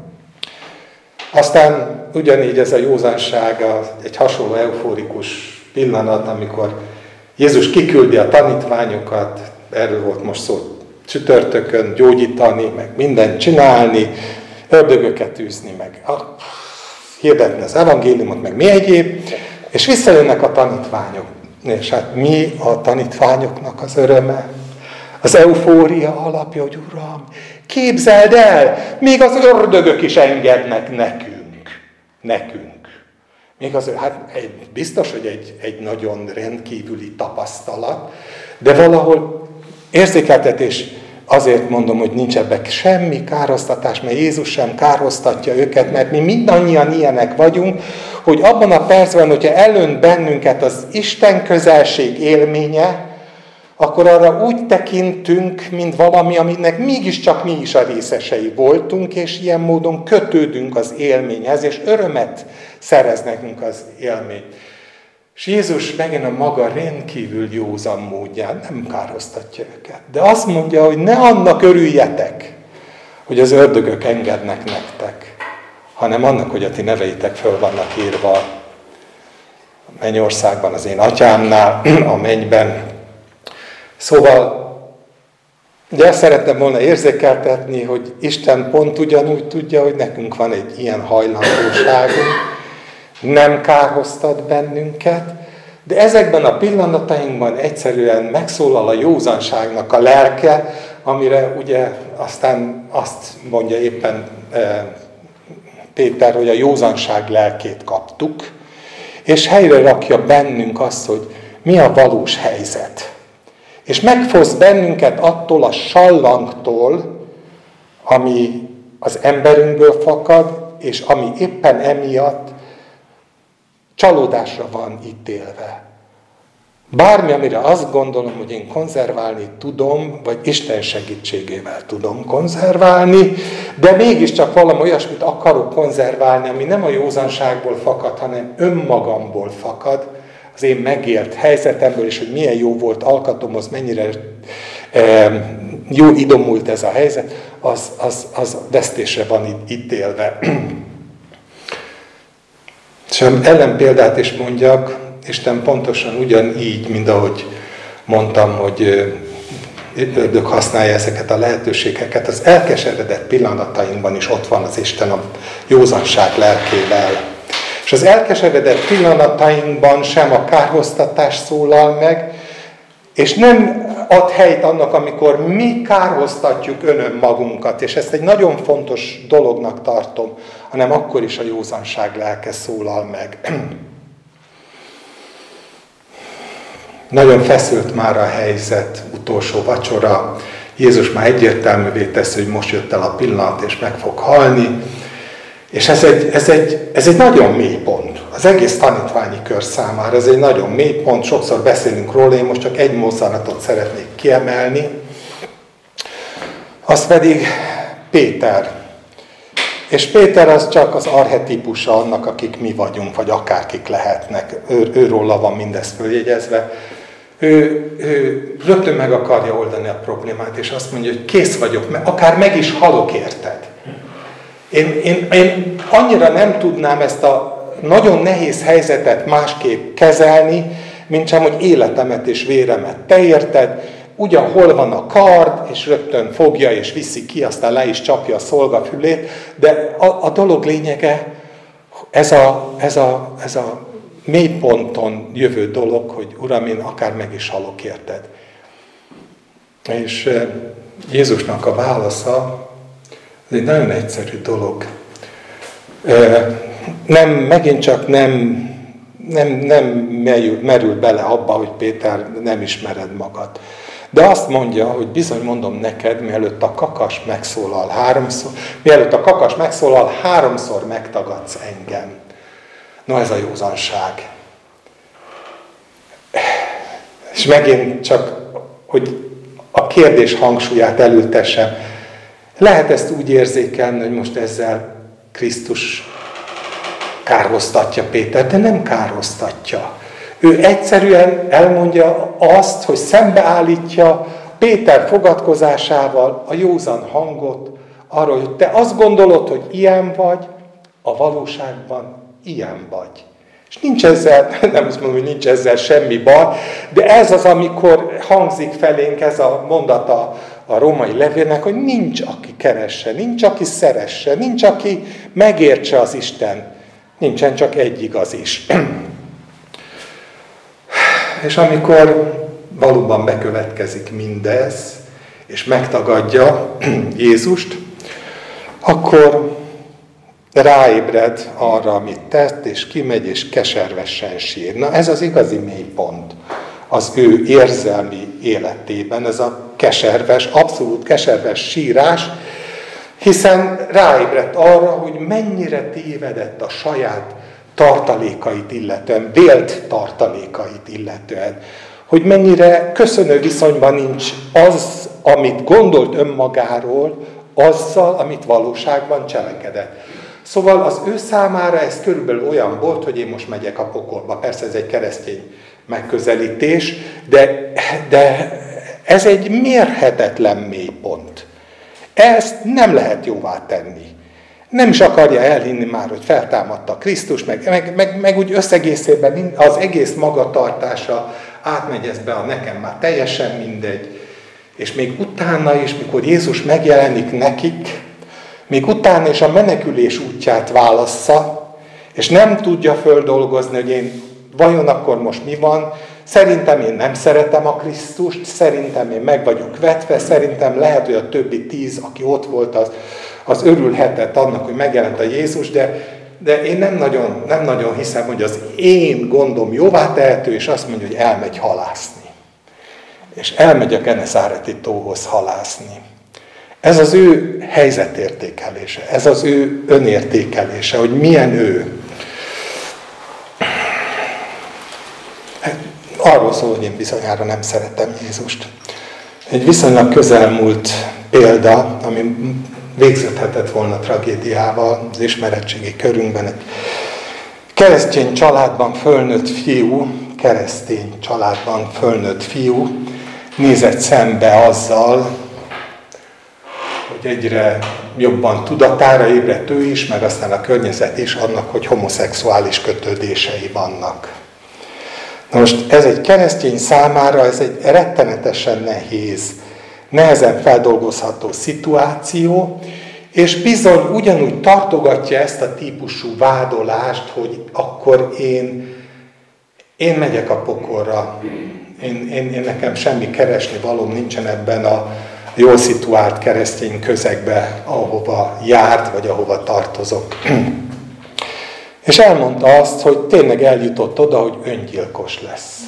Aztán ugyanígy ez a józanság egy hasonló eufórikus pillanat, amikor Jézus kiküldi a tanítványokat, erről volt most szó csütörtökön, gyógyítani, meg mindent csinálni, ördögöket űzni, meg hirdetni az evangéliumot, meg mi egyéb, és visszajönnek a tanítványok. És hát mi a tanítványoknak az öröme? Az eufória alapja, hogy Uram, képzeld el, még az ördögök is engednek nekünk. Nekünk. Még az, hát egy, biztos, hogy egy, egy nagyon rendkívüli tapasztalat, de valahol érzékeltetés, azért mondom, hogy nincs ebben semmi károsztatás, mert Jézus sem kárhoztatja őket, mert mi mindannyian ilyenek vagyunk, hogy abban a percben, hogyha elönt bennünket az Isten közelség élménye, akkor arra úgy tekintünk, mint valami, aminek mégiscsak mi is a részesei voltunk, és ilyen módon kötődünk az élményhez, és örömet szerez nekünk az élmény. És Jézus megint a maga rendkívül józan módján nem kárhoztatja őket. De azt mondja, hogy ne annak örüljetek, hogy az ördögök engednek nektek, hanem annak, hogy a ti neveitek föl vannak írva a mennyországban, az én atyámnál, a mennyben. Szóval, ugye ezt szeretném volna érzékeltetni, hogy Isten pont ugyanúgy tudja, hogy nekünk van egy ilyen hajlandóságunk, nem kárhoztat bennünket, de ezekben a pillanatainkban egyszerűen megszólal a józanságnak a lelke, amire ugye aztán azt mondja éppen Péter, hogy a józanság lelkét kaptuk, és helyre rakja bennünk azt, hogy mi a valós helyzet. És megfoszt bennünket attól a sallangtól, ami az emberünkből fakad, és ami éppen emiatt csalódásra van ítélve. Bármi, amire azt gondolom, hogy én konzerválni tudom, vagy Isten segítségével tudom konzerválni, de mégiscsak valami olyasmit akarok konzerválni, ami nem a józanságból fakad, hanem önmagamból fakad, az én megélt helyzetemből, és hogy milyen jó volt alkatomhoz, mennyire e, jó idomult ez a helyzet, az, az, az vesztésre van ítélve. És ellenpéldát is mondjak, Isten pontosan ugyanígy, mint ahogy mondtam, hogy ördög használja ezeket a lehetőségeket, az elkeseredett pillanatainkban is ott van az Isten a józanság lelkével. És az elkeseredett pillanatainkban sem a kárhoztatás szólal meg, és nem ad helyt annak, amikor mi kárhoztatjuk önmagunkat, és ezt egy nagyon fontos dolognak tartom, hanem akkor is a józanság lelke szólal meg. Nagyon feszült már a helyzet, utolsó vacsora. Jézus már egyértelművé teszi, hogy most jött el a pillanat, és meg fog halni. És ez egy, ez egy, ez egy nagyon mély pont. Az egész tanítványi kör számára ez egy nagyon mély pont. Sokszor beszélünk róla, én most csak egy mozzanatot szeretnék kiemelni. Az pedig Péter. És Péter az csak az archetípusa annak, akik mi vagyunk, vagy akárkik lehetnek. Ő, őróla van mindez följegyezve. Ő, ő rögtön meg akarja oldani a problémát, és azt mondja, hogy kész vagyok, akár meg is halok érted. Én, én, én annyira nem tudnám ezt a nagyon nehéz helyzetet másképp kezelni, mint sem, hogy életemet és véremet te érted, ugyan hol van a kard, és rögtön fogja és viszi ki, aztán le is csapja a szolgafülét, de a, a dolog lényege, ez a, ez, a, ez a mélyponton jövő dolog, hogy Uram, én akár meg is halok érted. És Jézusnak a válasza, ez egy nagyon egyszerű dolog. Nem, megint csak nem, nem, nem merül, merül bele abba, hogy Péter, nem ismered magad. De azt mondja, hogy bizony mondom neked, mielőtt a kakas megszólal háromszor, mielőtt a kakas megszólal, háromszor megtagadsz engem. No, ez a józanság. És megint csak, hogy a kérdés hangsúlyát elültessem, lehet ezt úgy érzékelni, hogy most ezzel Krisztus kárhoztatja Péter, de nem kárhoztatja. Ő egyszerűen elmondja azt, hogy szembeállítja Péter fogadkozásával a józan hangot, arra, hogy te azt gondolod, hogy ilyen vagy, a valóságban ilyen vagy. És nincs ezzel, nem azt mondom, hogy nincs ezzel semmi baj, de ez az, amikor hangzik felénk ez a mondata a római levélnek, hogy nincs, aki keresse, nincs, aki szeresse, nincs, aki megértse az Isten. Nincsen csak egy igaz is. És amikor valóban bekövetkezik mindez, és megtagadja Jézust, akkor ráébred arra, amit tett, és kimegy, és keservesen sír. Na ez az igazi mélypont az ő érzelmi életében, ez a keserves, abszolút keserves sírás, hiszen ráébredt arra, hogy mennyire tévedett a saját tartalékait illetően, vélt tartalékait illetően, hogy mennyire köszönő viszonyban nincs az, amit gondolt önmagáról, azzal, amit valóságban cselekedett. Szóval az ő számára ez körülbelül olyan volt, hogy én most megyek a pokolba. Persze ez egy keresztény megközelítés, de, de ez egy mérhetetlen mélypont. Ezt nem lehet jóvá tenni. Nem is akarja elhinni már, hogy feltámadta Krisztus, meg, meg, meg, meg úgy összegészében az egész magatartása átmegy ezbe a nekem már teljesen mindegy. És még utána is, mikor Jézus megjelenik nekik, még utána is a menekülés útját válassza, és nem tudja földolgozni, hogy én vajon akkor most mi van, szerintem én nem szeretem a Krisztust, szerintem én meg vagyok vetve, szerintem lehet, hogy a többi tíz, aki ott volt, az, az örülhetett annak, hogy megjelent a Jézus, de, de én nem nagyon, nem nagyon hiszem, hogy az én gondom jóvá tehető, és azt mondja, hogy elmegy halászni. És elmegy a Genezáreti tóhoz halászni. Ez az ő helyzetértékelése, ez az ő önértékelése, hogy milyen ő. Arról szól, hogy én bizonyára nem szeretem Jézust. Egy viszonylag közelmúlt példa, ami végződhetett volna tragédiával az ismeretségi körünkben. Egy keresztény családban fölnőtt fiú, keresztény családban fölnőtt fiú nézett szembe azzal, hogy egyre jobban tudatára ébredt ő is, meg aztán a környezet is annak, hogy homoszexuális kötődései vannak. Na most ez egy keresztény számára, ez egy rettenetesen nehéz, nehezen feldolgozható szituáció, és bizony ugyanúgy tartogatja ezt a típusú vádolást, hogy akkor én, én megyek a pokolra, én, én, én nekem semmi keresni valóm nincsen ebben a jól szituált keresztény közegbe, ahova járt, vagy ahova tartozok. És elmondta azt, hogy tényleg eljutott oda, hogy öngyilkos lesz.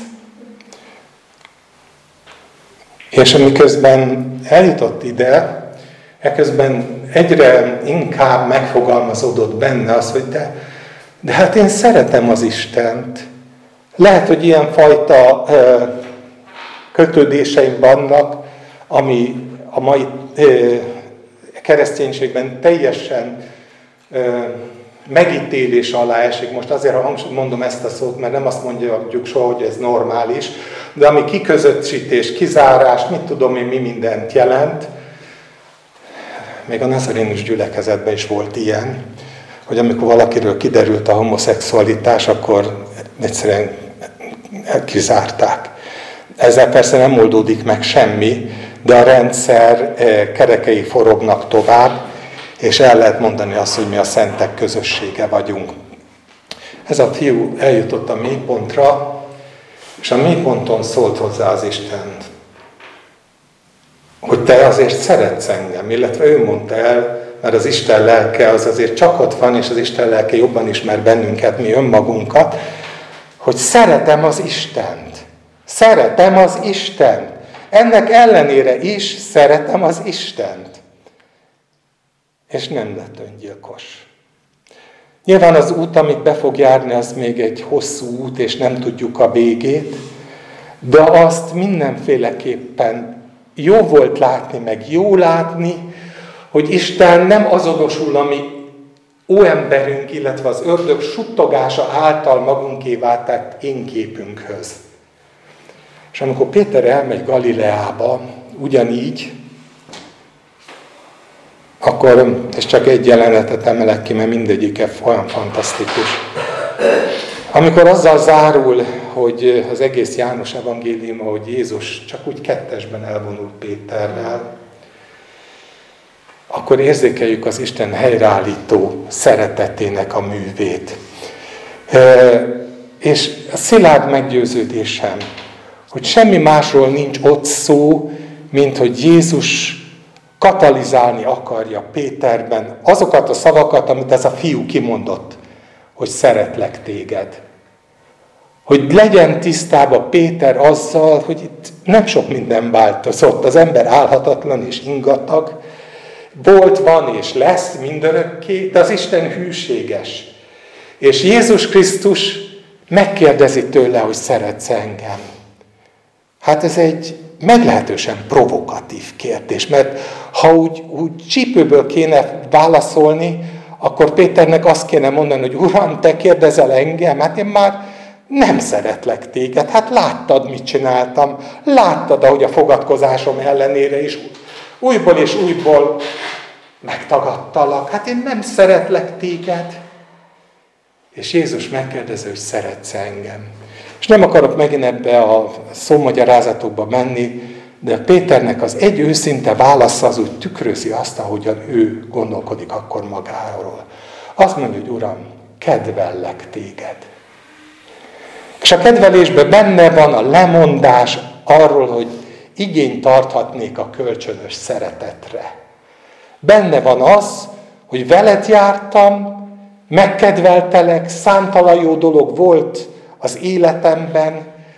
És amiközben eljutott ide, eközben egyre inkább megfogalmazódott benne az, hogy de, de hát én szeretem az Istent. Lehet, hogy ilyenfajta ö, kötődéseim vannak, ami a mai ö, kereszténységben teljesen ö, megítélés alá esik. Most azért mondom ezt a szót, mert nem azt mondjuk soha, hogy ez normális, de ami kiközösítés, kizárás, mit tudom én, mi mindent jelent. Még a nazarénus gyülekezetben is volt ilyen, hogy amikor valakiről kiderült a homoszexualitás, akkor egyszerűen kizárták. Ezzel persze nem oldódik meg semmi, de a rendszer kerekei forognak tovább, és el lehet mondani azt, hogy mi a szentek közössége vagyunk. Ez a fiú eljutott a mélypontra, és a mélyponton szólt hozzá az Isten, hogy te azért szeretsz engem, illetve ő mondta el, mert az Isten lelke az azért csak ott van, és az Isten lelke jobban ismer bennünket, mi önmagunkat, hogy szeretem az Istent. Szeretem az Istent. Ennek ellenére is szeretem az Istent. És nem lett öngyilkos. Nyilván az út, amit be fog járni, az még egy hosszú út, és nem tudjuk a végét, de azt mindenféleképpen jó volt látni, meg jó látni, hogy Isten nem azonosul a mi óemberünk, illetve az ördög suttogása által magunkévá tett énképünkhöz. És amikor Péter elmegy Galileába, ugyanígy, akkor, és csak egy jelenetet emelek ki, mert mindegyike olyan fantasztikus. Amikor azzal zárul, hogy az egész János evangéliuma, hogy Jézus csak úgy kettesben elvonul Péterrel, akkor érzékeljük az Isten helyreállító szeretetének a művét. És a szilárd meggyőződésem, hogy semmi másról nincs ott szó, mint hogy Jézus katalizálni akarja Péterben azokat a szavakat, amit ez a fiú kimondott, hogy szeretlek téged. Hogy legyen tisztában Péter azzal, hogy itt nem sok minden változott. Az ember álhatatlan és ingatag, volt, van és lesz mindörökké, de az Isten hűséges. És Jézus Krisztus megkérdezi tőle, hogy szeretsz engem. Hát ez egy meglehetősen provokatív kérdés, mert ha úgy, úgy csípőből kéne válaszolni, akkor Péternek azt kéne mondani, hogy Uram, te kérdezel engem, hát én már nem szeretlek téged, hát láttad, mit csináltam, láttad, ahogy a fogadkozásom ellenére is újból és újból megtagadtalak, hát én nem szeretlek téged. És Jézus megkérdezi, hogy szeretsz engem. És nem akarok megint ebbe a szómagyarázatokba menni, de Péternek az egy őszinte válasza az úgy tükrözi azt, ahogyan ő gondolkodik akkor magáról. Azt mondja, hogy Uram, kedvellek téged. És a kedvelésben benne van a lemondás arról, hogy igényt tarthatnék a kölcsönös szeretetre. Benne van az, hogy veled jártam, megkedveltelek, számtalan jó dolog volt az életemben,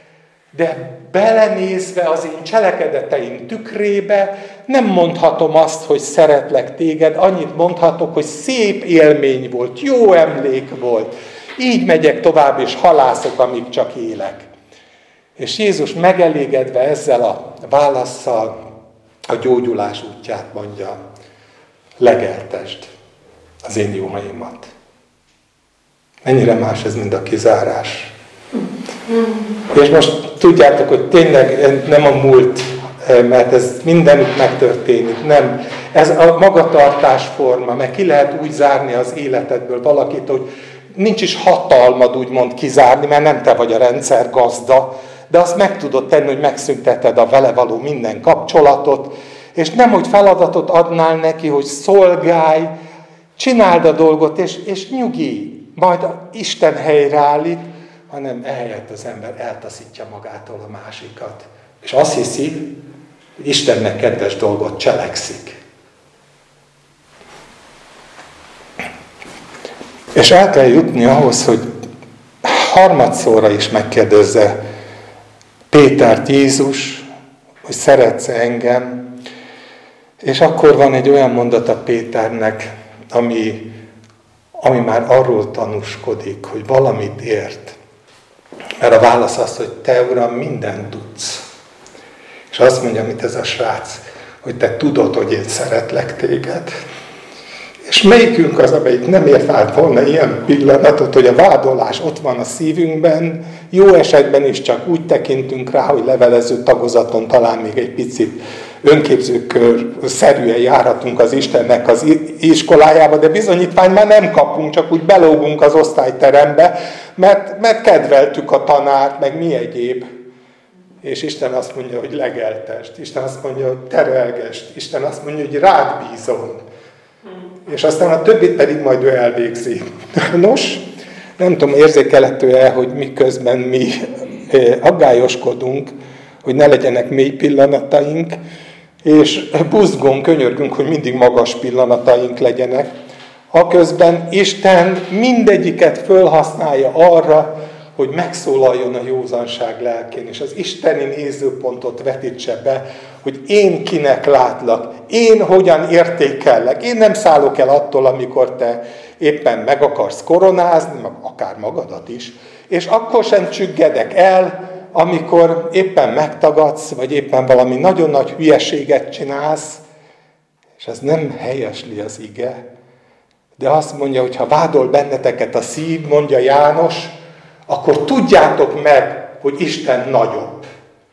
De belenézve az én cselekedeteim tükrébe nem mondhatom azt, hogy szeretlek téged, annyit mondhatok, hogy szép élmény volt, jó emlék volt. Így megyek tovább, és halászok, amíg csak élek. És Jézus megelégedve ezzel a válasszal a gyógyulás útját mondja, legeltesd az én juhaimat. Mennyire más ez, mint a kizárás. És most tudjátok, hogy tényleg nem a múlt, mert ez mindenütt megtörténik, nem. Ez a magatartásforma, mert ki lehet úgy zárni az életedből valakit, hogy nincs is hatalmad úgymond kizárni, mert nem te vagy a rendszer gazda, de azt meg tudod tenni, hogy megszünteted a vele való minden kapcsolatot, és nem, hogy feladatot adnál neki, hogy szolgálj, csináld a dolgot, és, és nyugi, majd Isten helyreállít, hanem ehelyett az ember eltaszítja magától a másikat. És azt hiszi, hogy Istennek kedves dolgot cselekszik. És el kell jutni ahhoz, hogy harmadszorra is megkérdezze Pétert Jézus, hogy szeretsz engem, és akkor van egy olyan mondata Péternek, ami, ami már arról tanúskodik, hogy valamit ért. Mert a válasz az, hogy te, Uram, mindent tudsz. És azt mondja, mint ez a srác, hogy te tudod, hogy én szeretlek téged. És melyikünk az, amelyik nem ért át volna ilyen pillanatot, hogy a vádolás ott van a szívünkben, jó esetben is csak úgy tekintünk rá, hogy levelező tagozaton talán még egy picit önképzőkör szerűen járhatunk az Istennek az iskolájába, de bizonyítványt már nem kapunk, csak úgy belógunk az osztályterembe, mert, mert kedveltük a tanárt, meg mi egyéb. És Isten azt mondja, hogy legeltesd. Isten azt mondja, hogy terelgesd. Isten azt mondja, hogy rád bízom. És aztán a többit pedig majd ő elvégzi. Nos, nem tudom, érzékelhető-e, hogy miközben mi aggályoskodunk, hogy ne legyenek mély pillanataink, és buzgón, könyörgünk, hogy mindig magas pillanataink legyenek. Aközben Isten mindegyiket fölhasználja arra, hogy megszólaljon a józanság lelkén, és az isteni nézőpontot vetítse be, hogy én kinek látlak, én hogyan értékellek. Én nem szállok el attól, amikor te éppen meg akarsz koronázni, akár magadat is, és akkor sem csüggedek el, amikor éppen megtagadsz, vagy éppen valami nagyon nagy hülyeséget csinálsz, és ez nem helyesli az ige, de azt mondja, hogy ha vádol benneteket a szív, mondja János, akkor tudjátok meg, hogy Isten nagyobb.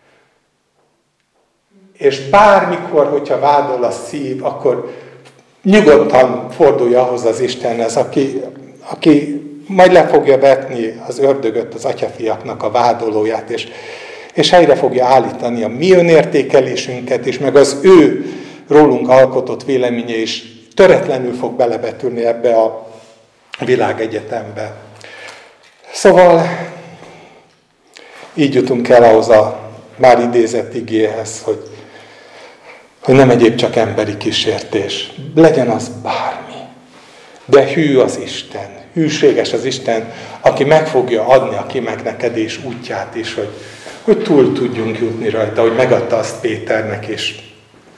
És bármikor, hogyha vádol a szív, akkor nyugodtan fordulja ahhoz az Istenhez, aki, aki majd le fogja vetni az ördögöt, az atyafiaknak a vádolóját, és, és helyre fogja állítani a mi önértékelésünket, és meg az ő rólunk alkotott véleménye is töretlenül fog belebetülni ebbe a világegyetembe. Szóval így jutunk el ahhoz a már idézett igéhez, hogy, hogy nem egyéb csak emberi kísértés. Legyen az bármi. De hű az Isten. Hűséges az Isten, aki meg fogja adni a kimegnekedés útját is, hogy, hogy túl tudjunk jutni rajta, hogy megadta azt Péternek is.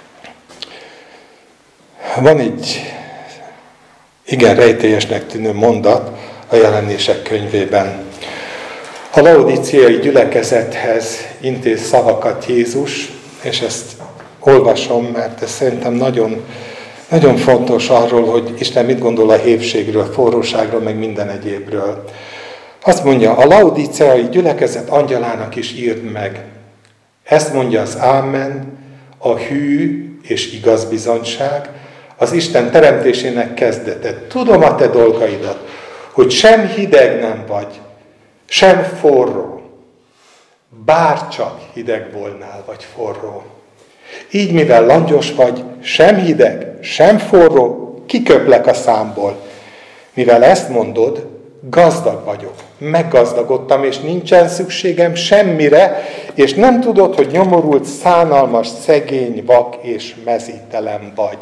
Van egy igen rejtélyesnek tűnő mondat a Jelenések könyvében. A laodíciai gyülekezethez intéz szavakat Jézus, és ezt olvasom, mert ez szerintem nagyon, nagyon fontos arról, hogy Isten mit gondol a hévségről, forróságról, meg minden egyébről. Azt mondja, a laodíciai gyülekezet angyalának is írd meg. Ezt mondja az Ámen, a hű és igaz bizonyság, az Isten teremtésének kezdete. Tudom a te dolgaidat, hogy sem hideg nem vagy, sem forró. Bárcsak hideg volnál, vagy forró. Így, mivel langyos vagy, sem hideg, sem forró, kiköplek a számból. Mivel ezt mondod, gazdag vagyok, meggazdagodtam, és nincsen szükségem semmire, és nem tudod, hogy nyomorult, szánalmas, szegény, vak és mezítelen vagy.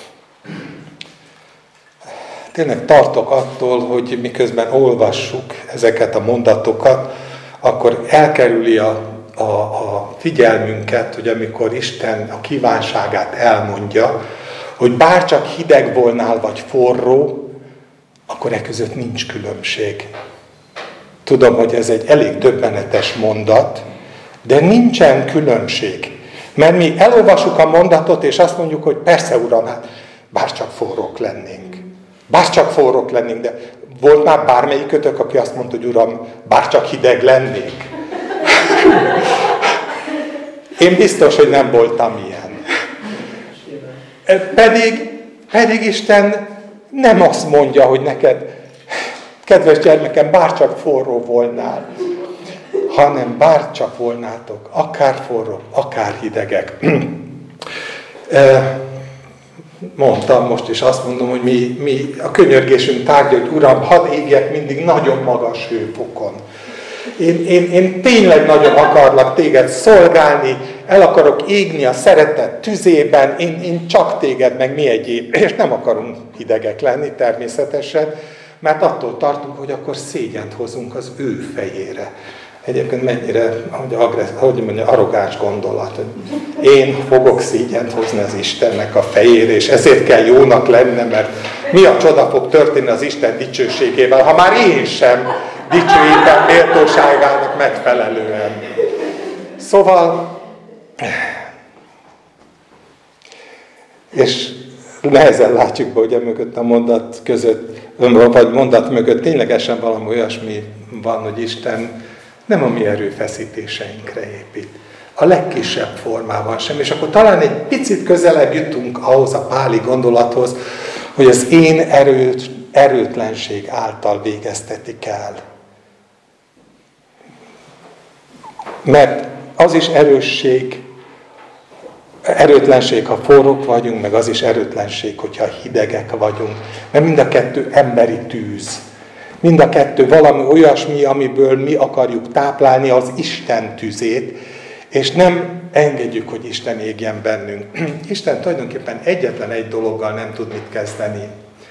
Tényleg tartok attól, hogy miközben olvassuk ezeket a mondatokat, akkor elkerüli a, a, a figyelmünket, hogy amikor Isten a kívánságát elmondja, hogy bárcsak hideg volnál, vagy forró, akkor e között nincs különbség. Tudom, hogy ez egy elég döbbenetes mondat, de nincsen különbség. Mert mi elolvasjuk a mondatot, és azt mondjuk, hogy persze, Uram, hát bárcsak forrók lennénk. Bárcsak forrók lennénk, de volt már bármelyikötök, aki azt mondta, hogy Uram, bárcsak hideg lennék. Én biztos, hogy nem voltam ilyen. Pedig, pedig Isten nem azt mondja, hogy neked, kedves gyermekem, bárcsak forró volnál, hanem bárcsak volnátok, akár forró, akár hidegek. Mondtam most is, azt mondom, hogy mi, mi a könyörgésünk tárgya, hogy Uram, hadd égjek mindig nagyon magas hőfokon. Én, én, én tényleg nagyon akarlak téged szolgálni, el akarok égni a szeretet tüzében, én, én csak téged, meg mi egyéb. És nem akarunk hidegek lenni természetesen, mert attól tartunk, hogy akkor szégyent hozunk az ő fejére. Egyébként mennyire, hogy, agressz, hogy mondja, arrogáns gondolat, hogy én fogok szégyent hozni az Istennek a fejére, és ezért kell jónak lennem, mert mi a csoda fog történni az Isten dicsőségével, ha már én sem dicsőítem méltóságának megfelelően. Szóval, és nehezen látjuk be, hogy emögött a mondat között, vagy mondat mögött ténylegesen valami olyasmi van, hogy Isten nem a mi erőfeszítéseinkre épít. A legkisebb formában sem. És akkor talán egy picit közelebb jutunk ahhoz a páli gondolathoz, hogy az én erőt, erőtlenség által végeztetik el. Mert az is erősség, erőtlenség, ha forrók vagyunk, meg az is erőtlenség, hogyha hidegek vagyunk. Mert mind a kettő emberi tűz. Mind a kettő valami olyasmi, amiből mi akarjuk táplálni az Isten tüzét, és nem engedjük, hogy Isten égjen bennünk. Isten tulajdonképpen egyetlen egy dologgal nem tud mit kezdeni.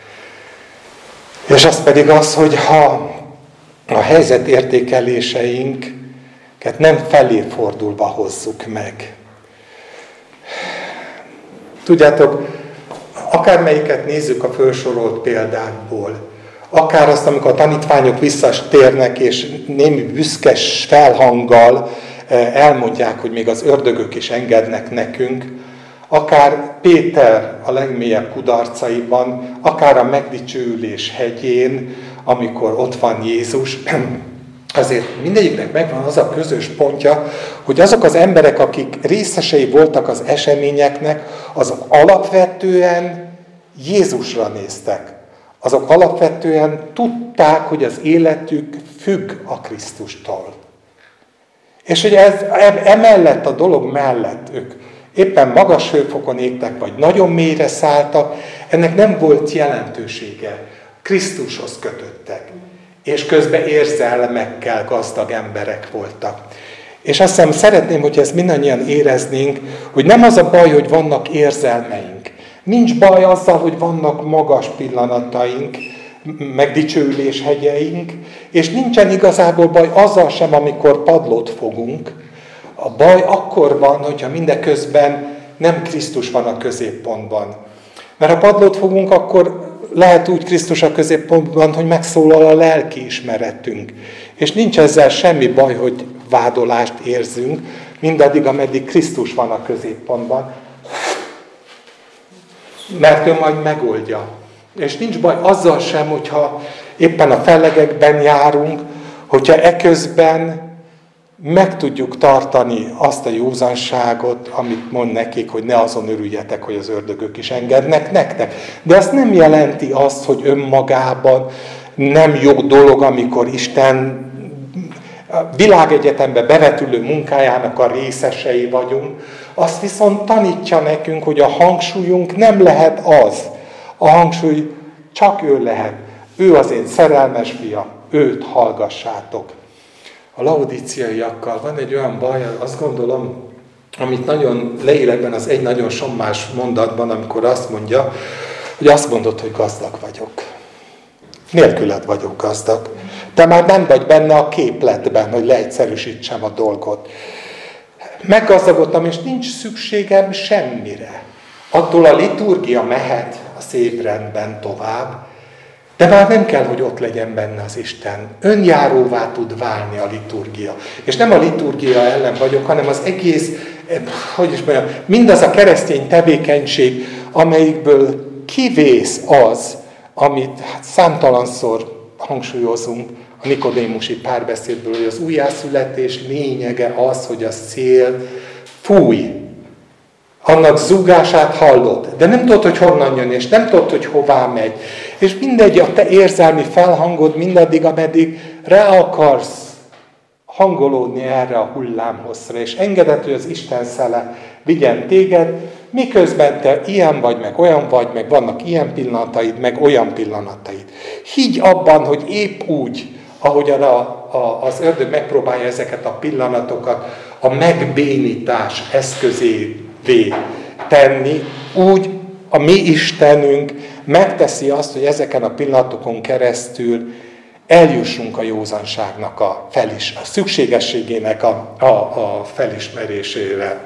És az pedig az, hogy ha a helyzetértékeléseinket nem felé fordulva hozzuk meg. Tudjátok, akármelyiket nézzük a felsorolt példákból, akár azt, amikor a tanítványok visszatérnek, és némi büszkes felhanggal elmondják, hogy még az ördögök is engednek nekünk, akár Péter a legmélyebb kudarcaiban, akár a megdicsőülés hegyén, amikor ott van Jézus, azért mindegyiknek megvan az a közös pontja, hogy azok az emberek, akik részesei voltak az eseményeknek, azok alapvetően Jézusra néztek. Azok alapvetően tudták, hogy az életük függ a Krisztustól. És hogy ez emellett, a dolog mellett ők éppen magas hőfokon égtek, vagy nagyon mélyre szálltak, ennek nem volt jelentősége. Krisztushoz kötöttek. És közben érzelmekkel gazdag emberek voltak. És azt hiszem, szeretném, hogy ezt mindannyian éreznénk, hogy nem az a baj, hogy vannak érzelmeink. Nincs baj azzal, hogy vannak magas pillanataink, meg dicsőülés hegyeink, és nincsen igazából baj azzal sem, amikor padlót fogunk. A baj akkor van, hogyha mindeközben nem Krisztus van a középpontban. Mert ha padlót fogunk, akkor lehet úgy Krisztus a középpontban, hogy megszólal a lelkiismeretünk. És nincs ezzel semmi baj, hogy vádolást érzünk, mindaddig, ameddig Krisztus van a középpontban. Mert ő majd megoldja. És nincs baj azzal sem, hogyha éppen a fellegekben járunk, hogyha eközben meg tudjuk tartani azt a józanságot, amit mond nekik, hogy ne azon örüljetek, hogy az ördögök is engednek nektek. De azt nem jelenti azt, hogy önmagában nem jó dolog, amikor Isten világegyetembe bevetülő munkájának a részesei vagyunk. Azt viszont tanítja nekünk, hogy a hangsúlyunk nem lehet az. A hangsúly csak ő lehet. Ő az én szerelmes fiam, őt hallgassátok. A laodíciaiakkal van egy olyan baj, azt gondolom, amit nagyon leír ebben az egy nagyon sommás mondatban, amikor azt mondja, hogy azt mondod, hogy gazdag vagyok. Nélküled vagyok gazdag. Te már nem vagy benne a képletben, hogy leegyszerűsítsem a dolgot. Meggazdagodtam, és nincs szükségem semmire. Attól a liturgia mehet a szép rendben tovább, de már nem kell, hogy ott legyen benne az Isten. Önjáróvá tud válni a liturgia. És nem a liturgia ellen vagyok, hanem az egész, hogy is mondjam, mindaz a keresztény tevékenység, amelyikből kivész az, amit hát számtalanszor hangsúlyozunk a nikodémusi párbeszédből, hogy az újjászületés lényege az, hogy a szél fúj. Annak zúgását hallod, de nem tudod, hogy honnan jön, és nem tudod, hogy hová megy. És mindegy, a te érzelmi felhangod mindaddig, ameddig rá akarsz hangolódni erre a hullámhosszra, és engeded, hogy az Isten szele vigyen téged, miközben te ilyen vagy, meg olyan vagy, meg vannak ilyen pillanataid, meg olyan pillanataid. Higgy abban, hogy épp úgy, ahogyan a, a, az ördög megpróbálja ezeket a pillanatokat a megbénítás eszközévé tenni, úgy a mi Istenünk megteszi azt, hogy ezeken a pillanatokon keresztül eljussunk a józanságnak a, felis, a szükségességének a, a, a felismerésére.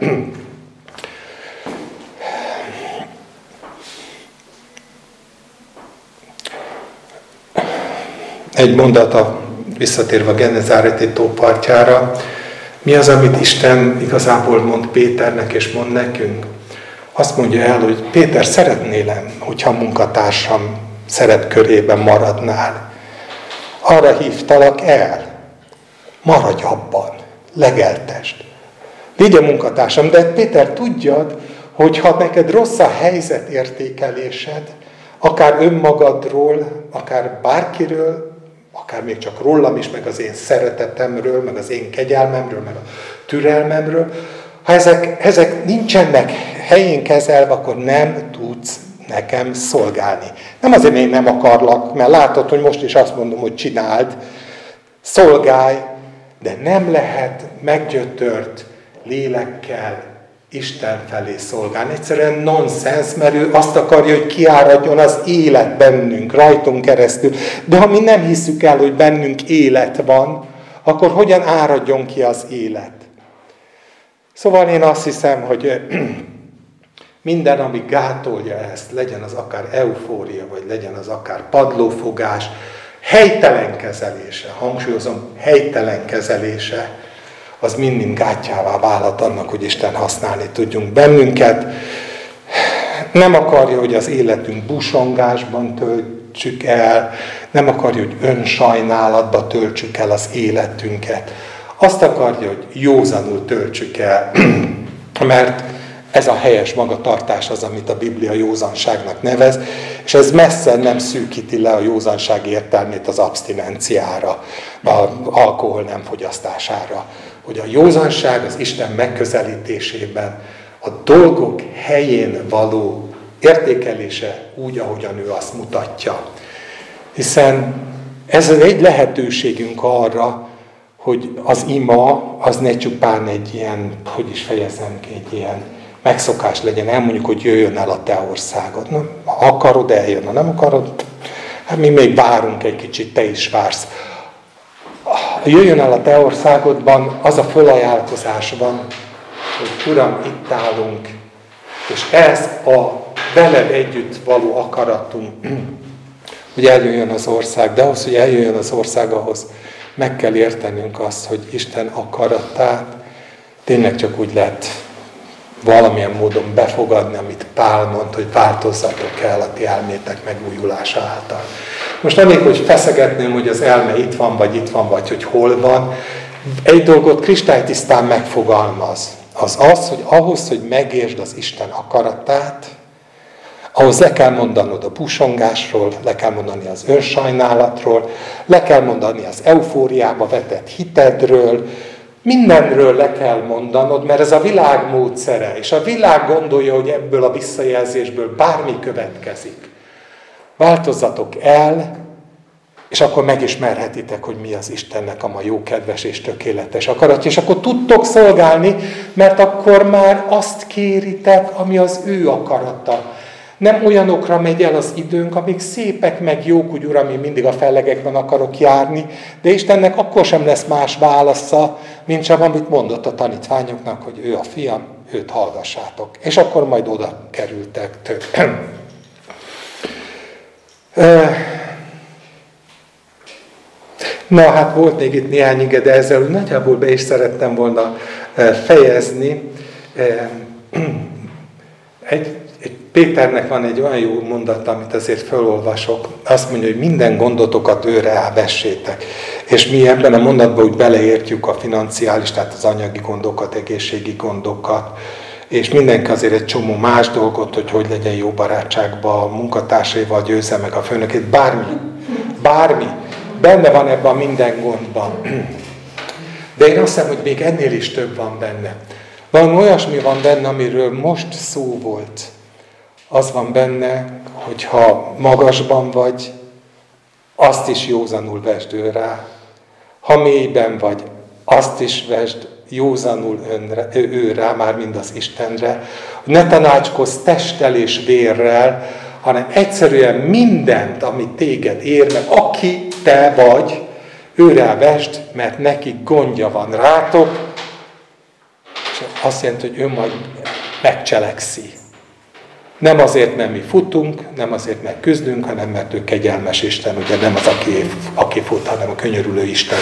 Egy mondata, visszatérve a Genezáreti tó partjára, mi az, amit Isten igazából mond Péternek és mond nekünk? Azt mondja el, hogy Péter, szeretnélem, hogyha a munkatársam szerepkörében maradnál. Arra hívtalak el, maradj abban, legeltesd. Légy a munkatársam, de Péter, tudjad, hogy ha neked rossz a helyzetértékelésed, akár önmagadról, akár bárkiről, akár még csak rólam is, meg az én szeretetemről, meg az én kegyelmemről, meg a türelmemről, ha ezek, ezek nincsenek helyén kezelve, akkor nem tudsz nekem szolgálni. Nem azért, én nem akarlak, mert látod, hogy most is azt mondom, hogy csináld, szolgálj, de nem lehet meggyötört lélekkel Isten felé szolgálni. Egyszerűen nonsens, mert ő azt akarja, hogy kiáradjon az élet bennünk, rajtunk keresztül. De ha mi nem hiszük el, hogy bennünk élet van, akkor hogyan áradjon ki az élet? Szóval én azt hiszem, hogy minden, ami gátolja ezt, legyen az akár eufória, vagy legyen az akár padlófogás, helytelen kezelése, hangsúlyozom, helytelen kezelése, az mind-mind gátjává válhat annak, hogy Isten használni tudjunk bennünket. Nem akarja, hogy az életünk busongásban töltsük el, nem akarja, hogy önsajnálatba töltsük el az életünket. Azt akarja, hogy józanul töltsük el, mert ez a helyes magatartás az, amit a Biblia józanságnak nevez, és ez messze nem szűkíti le a józanság értelmét az abstinenciára, az alkohol nem fogyasztására. Hogy a józanság az Isten megközelítésében a dolgok helyén való értékelése úgy, ahogyan ő azt mutatja. Hiszen ez egy lehetőségünk arra, hogy az ima, az ne csupán egy ilyen, hogy is fejezem ki, egy ilyen megszokás legyen. Elmondjuk, hogy jöjjön el a te országod. Na, ha akarod, eljön. Ha nem akarod, hát mi még várunk egy kicsit, te is vársz. Jöjjön el a te országodban, az a fölajánlkozás van, hogy Uram, itt állunk, és ez a veled együtt való akaratunk, hogy eljöjjön az ország. De ahhoz, hogy eljöjjön az ország, ahhoz meg kell értenünk azt, hogy Isten akaratát tényleg csak úgy lehet valamilyen módon befogadni, amit Pál mond, hogy változzatok el a ti elmétek megújulása által. Most nem még, hogy feszegetném, hogy az elme itt van, vagy itt van, vagy hogy hol van. Egy dolgot kristálytisztán megfogalmaz. Az az, hogy ahhoz, hogy megértsd az Isten akaratát, ahhoz le kell mondanod a busongásról, le kell mondani az önsajnálatról, le kell mondani az eufóriába vetett hitedről, mindenről le kell mondanod, mert ez a világ módszere, és a világ gondolja, hogy ebből a visszajelzésből bármi következik. Változzatok el, és akkor megismerhetitek, hogy mi az Istennek a ma jó, kedves és tökéletes akaratja, és akkor tudtok szolgálni, mert akkor már azt kéritek, ami az ő akarata. Nem olyanokra megy el az időnk, amik szépek meg jók, úgy Uram, én mindig a fellegekben akarok járni, de Istennek akkor sem lesz más válasza, mint sem, amit mondott a tanítványoknak, hogy ő a fiam, őt hallgassátok. És akkor majd oda kerültek. Na hát volt még itt néhány ige, de ezzel nagyjából be is szerettem volna fejezni. Egy, egy Péternek van egy olyan jó mondata, amit azért felolvasok. Azt mondja, hogy minden gondotokat őre vessétek. És mi ebben a mondatban úgy beleértjük a financiális, tehát az anyagi gondokat, egészségi gondokat, és mindenki azért egy csomó más dolgot, hogy hogy legyen jó barátságban, a munkatársaival győzze meg a főnökét, bármi, bármi. Benne van ebben minden gondban. De én azt hiszem, hogy még ennél is több van benne. Valami olyasmi van benne, amiről most szó volt. Az van benne, hogyha magasban vagy, azt is józanul vesd ő rá. Ha mélyben vagy, azt is vesd józanul önre, ő rá, már mind az Istenre. Ne tanácskozz testtel és vérrel, hanem egyszerűen mindent, ami téged ér, meg aki te vagy, őre vesd, mert neki gondja van rátok, és azt jelenti, hogy ő majd megcselekszi. Nem azért, mert mi futunk, nem azért, mert küzdünk, hanem mert ő kegyelmes Isten, ugye nem az, aki, aki fut, hanem a könyörülő Isten.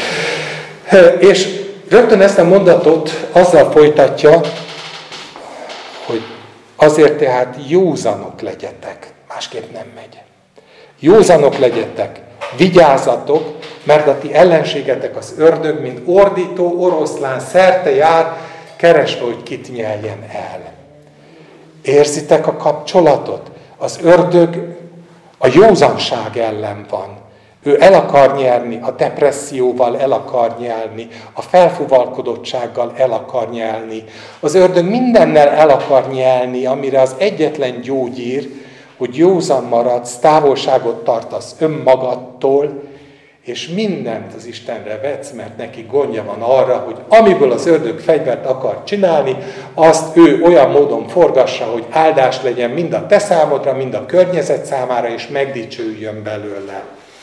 És rögtön ezt a mondatot azzal folytatja, hogy azért tehát józanok legyetek, másképp nem megy. Józanok legyetek, vigyázzatok, mert a ti ellenségetek az ördög, mint ordító oroszlán szerte jár, keresve, hogy kit nyeljen el. Érzitek a kapcsolatot? Az ördög a józanság ellen van. Ő el akar nyerni, a depresszióval el akar nyelni, a felfúvalkodottsággal el akar nyelni. Az ördög mindennel el akar nyelni, amire az egyetlen gyógyír, hogy józan maradsz, távolságot tartasz önmagadtól, és mindent az Istenre vetsz, mert neki gondja van arra, hogy amiből az ördög fegyvert akar csinálni, azt ő olyan módon forgassa, hogy áldás legyen mind a te számodra, mind a környezet számára, és megdicsőjön belőle.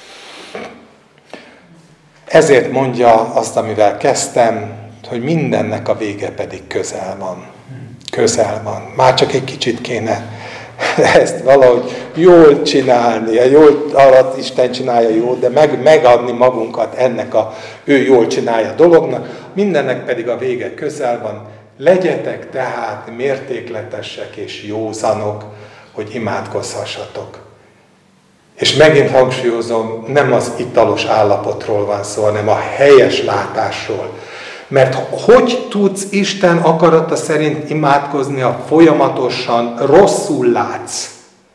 Ezért mondja azt, amivel kezdtem, hogy mindennek a vége pedig közel van. Közel van. Már csak egy kicsit kéne ezt valahogy jól csinálni. Jól alatt Isten csinálja jól, de meg, megadni magunkat ennek a ő jól csinálja dolognak. Mindennek pedig a vége közel van. Legyetek tehát mértékletesek és józanok, hogy imádkozhassatok. És megint hangsúlyozom, nem az italos állapotról van szó, hanem a helyes látásról. Mert hogy tudsz Isten akarata szerint imádkozni, ha folyamatosan rosszul látsz?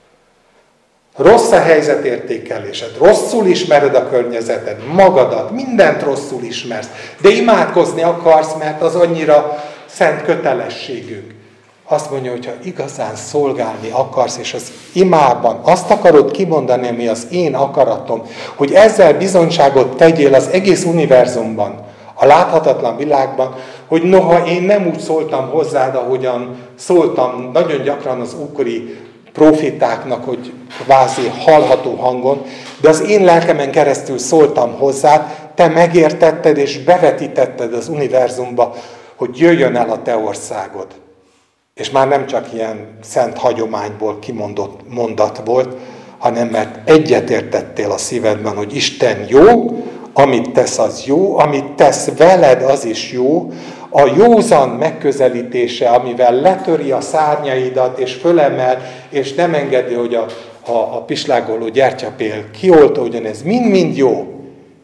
Rossz a helyzetértékelésed, rosszul ismered a környezeted, magadat, mindent rosszul ismersz, de imádkozni akarsz, mert az annyira szent kötelességünk. Azt mondja, hogy ha igazán szolgálni akarsz, és az imában azt akarod kimondani, ami az én akaratom, hogy ezzel bizonyságot tegyél az egész univerzumban, a láthatatlan világban, hogy noha én nem úgy szóltam hozzád, ahogyan szóltam nagyon gyakran az ókori profitáknak, hogy kvázi hallható hangon, de az én lelkemen keresztül szóltam hozzád, te megértetted és bevetítetted az univerzumba, hogy jöjjön el a te országod. És már nem csak ilyen szent hagyományból kimondott mondat volt, hanem mert egyetértettél a szívedben, hogy Isten jó, amit tesz, az jó, amit tesz veled, az is jó. A józan megközelítése, amivel letöri a szárnyaidat, és fölemel, és nem engedi, hogy a, a, a pislágoló gyertyapél kioltó, ugyanez mind-mind jó.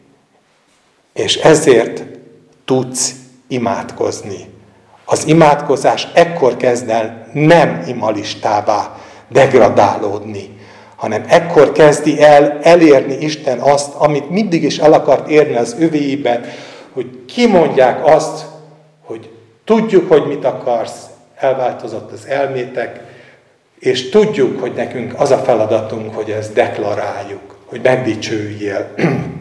És ezért tudsz imádkozni. Az imádkozás ekkor kezd el nem imalistává degradálódni, hanem ekkor kezdi el elérni Isten azt, amit mindig is el akart érni az övéiben, hogy kimondják azt, hogy tudjuk, hogy mit akarsz, elváltozott az elmétek, és tudjuk, hogy nekünk az a feladatunk, hogy ezt deklaráljuk, hogy megdicsőjél.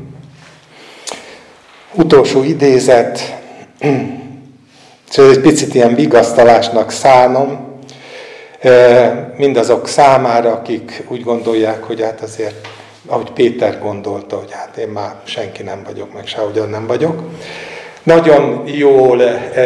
Utolsó idézet, és ez egy picit ilyen vigasztalásnak szánom. mindazok számára, akik úgy gondolják, hogy hát azért, ahogy Péter gondolta, hogy hát én már senki nem vagyok, meg sehogyan nem vagyok. Nagyon jól,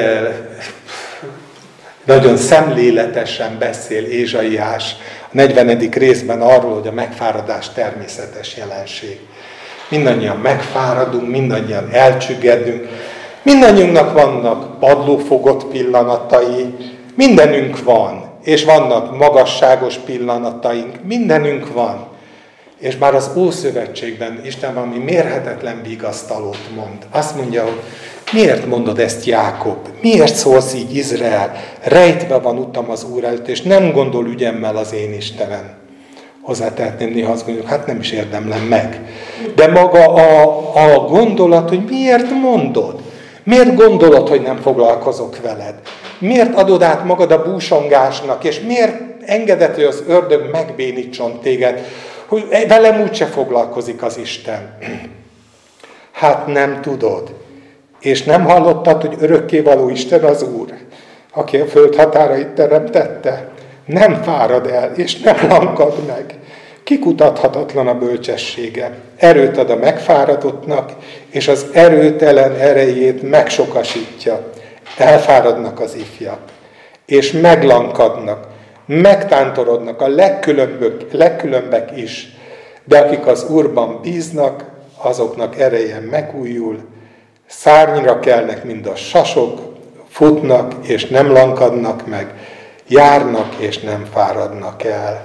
nagyon szemléletesen beszél Ézsaiás a negyvenedik részben arról, hogy a megfáradás természetes jelenség. Mindannyian megfáradunk, mindannyian elcsüggedünk, mindannyiunknak vannak padlófogott pillanatai, mindenünk van, és vannak magasságos pillanataink, mindenünk van. És már az Ószövetségben Isten valami mérhetetlen vigasztalót mond. Azt mondja, hogy miért mondod ezt, Jákob? Miért szólsz így, Izrael? Rejtve van utam az Úr előtt, és nem gondol ügyemmel az én Istenem. Hozzátehetném néha azt gondoljuk, hát nem is érdemlem meg. De maga a, a gondolat, hogy miért mondod? Miért gondolod, hogy nem foglalkozok veled? Miért adod át magad a búsongásnak, és miért engeded, hogy az ördög megbénítson téged, hogy velem úgyse foglalkozik az Isten? Hát nem tudod. És nem hallottad, hogy örökkévaló Isten az Úr, aki a föld határait teremtette? Nem fárad el, és nem lankad meg. Kikutathatatlan a bölcsessége. Erőt ad a megfáradottnak, és az erőtelen erejét megsokasítja. Elfáradnak az ifjak, és meglankadnak, megtántorodnak a legkülönbök, legkülönbek is, de akik az Úrban bíznak, azoknak ereje megújul, szárnyra kelnek, mint a sasok, futnak, és nem lankadnak meg, járnak, és nem fáradnak el.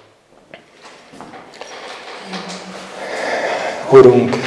Urunk,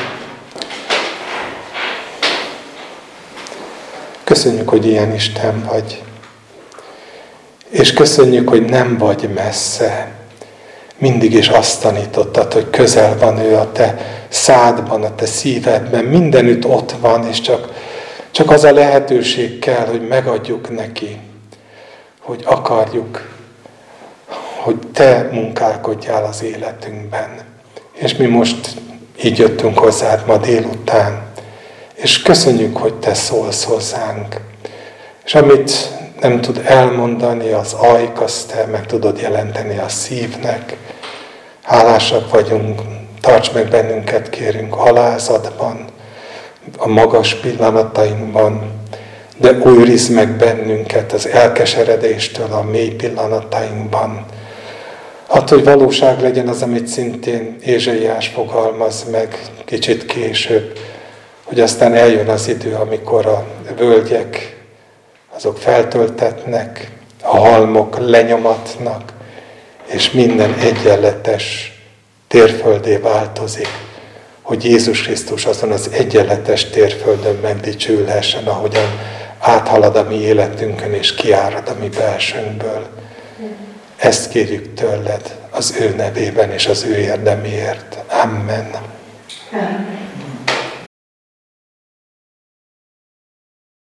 köszönjük, hogy ilyen Isten vagy. És köszönjük, hogy nem vagy messze. Mindig is azt tanítottad, hogy közel van ő a te szádban, a te szívedben. Mindenütt ott van, és csak, csak az a lehetőség kell, hogy megadjuk neki. Hogy akarjuk, hogy te munkálkodjál az életünkben. És mi most így jöttünk hozzád ma délután. És köszönjük, hogy te szólsz hozzánk. És amit nem tud elmondani az ajk, azt te meg tudod jelenteni a szívnek. Hálásak vagyunk, tarts meg bennünket, kérünk, alázatban, a magas pillanatainkban, de újrizd meg bennünket az elkeseredéstől a mély pillanatainkban. Attól, hogy valóság legyen az, amit szintén Ézsaiás fogalmaz meg kicsit később, hogy aztán eljön az idő, amikor a völgyek azok feltöltetnek, a halmok lenyomatnak, és minden egyenletes térföldé változik, hogy Jézus Krisztus azon az egyenletes térföldön megdicsülhessen, ahogyan áthalad a mi életünkön, és kiárad a mi belsőnkből. Ezt kérjük tőled az ő nevében és az ő érdemiért. Amen.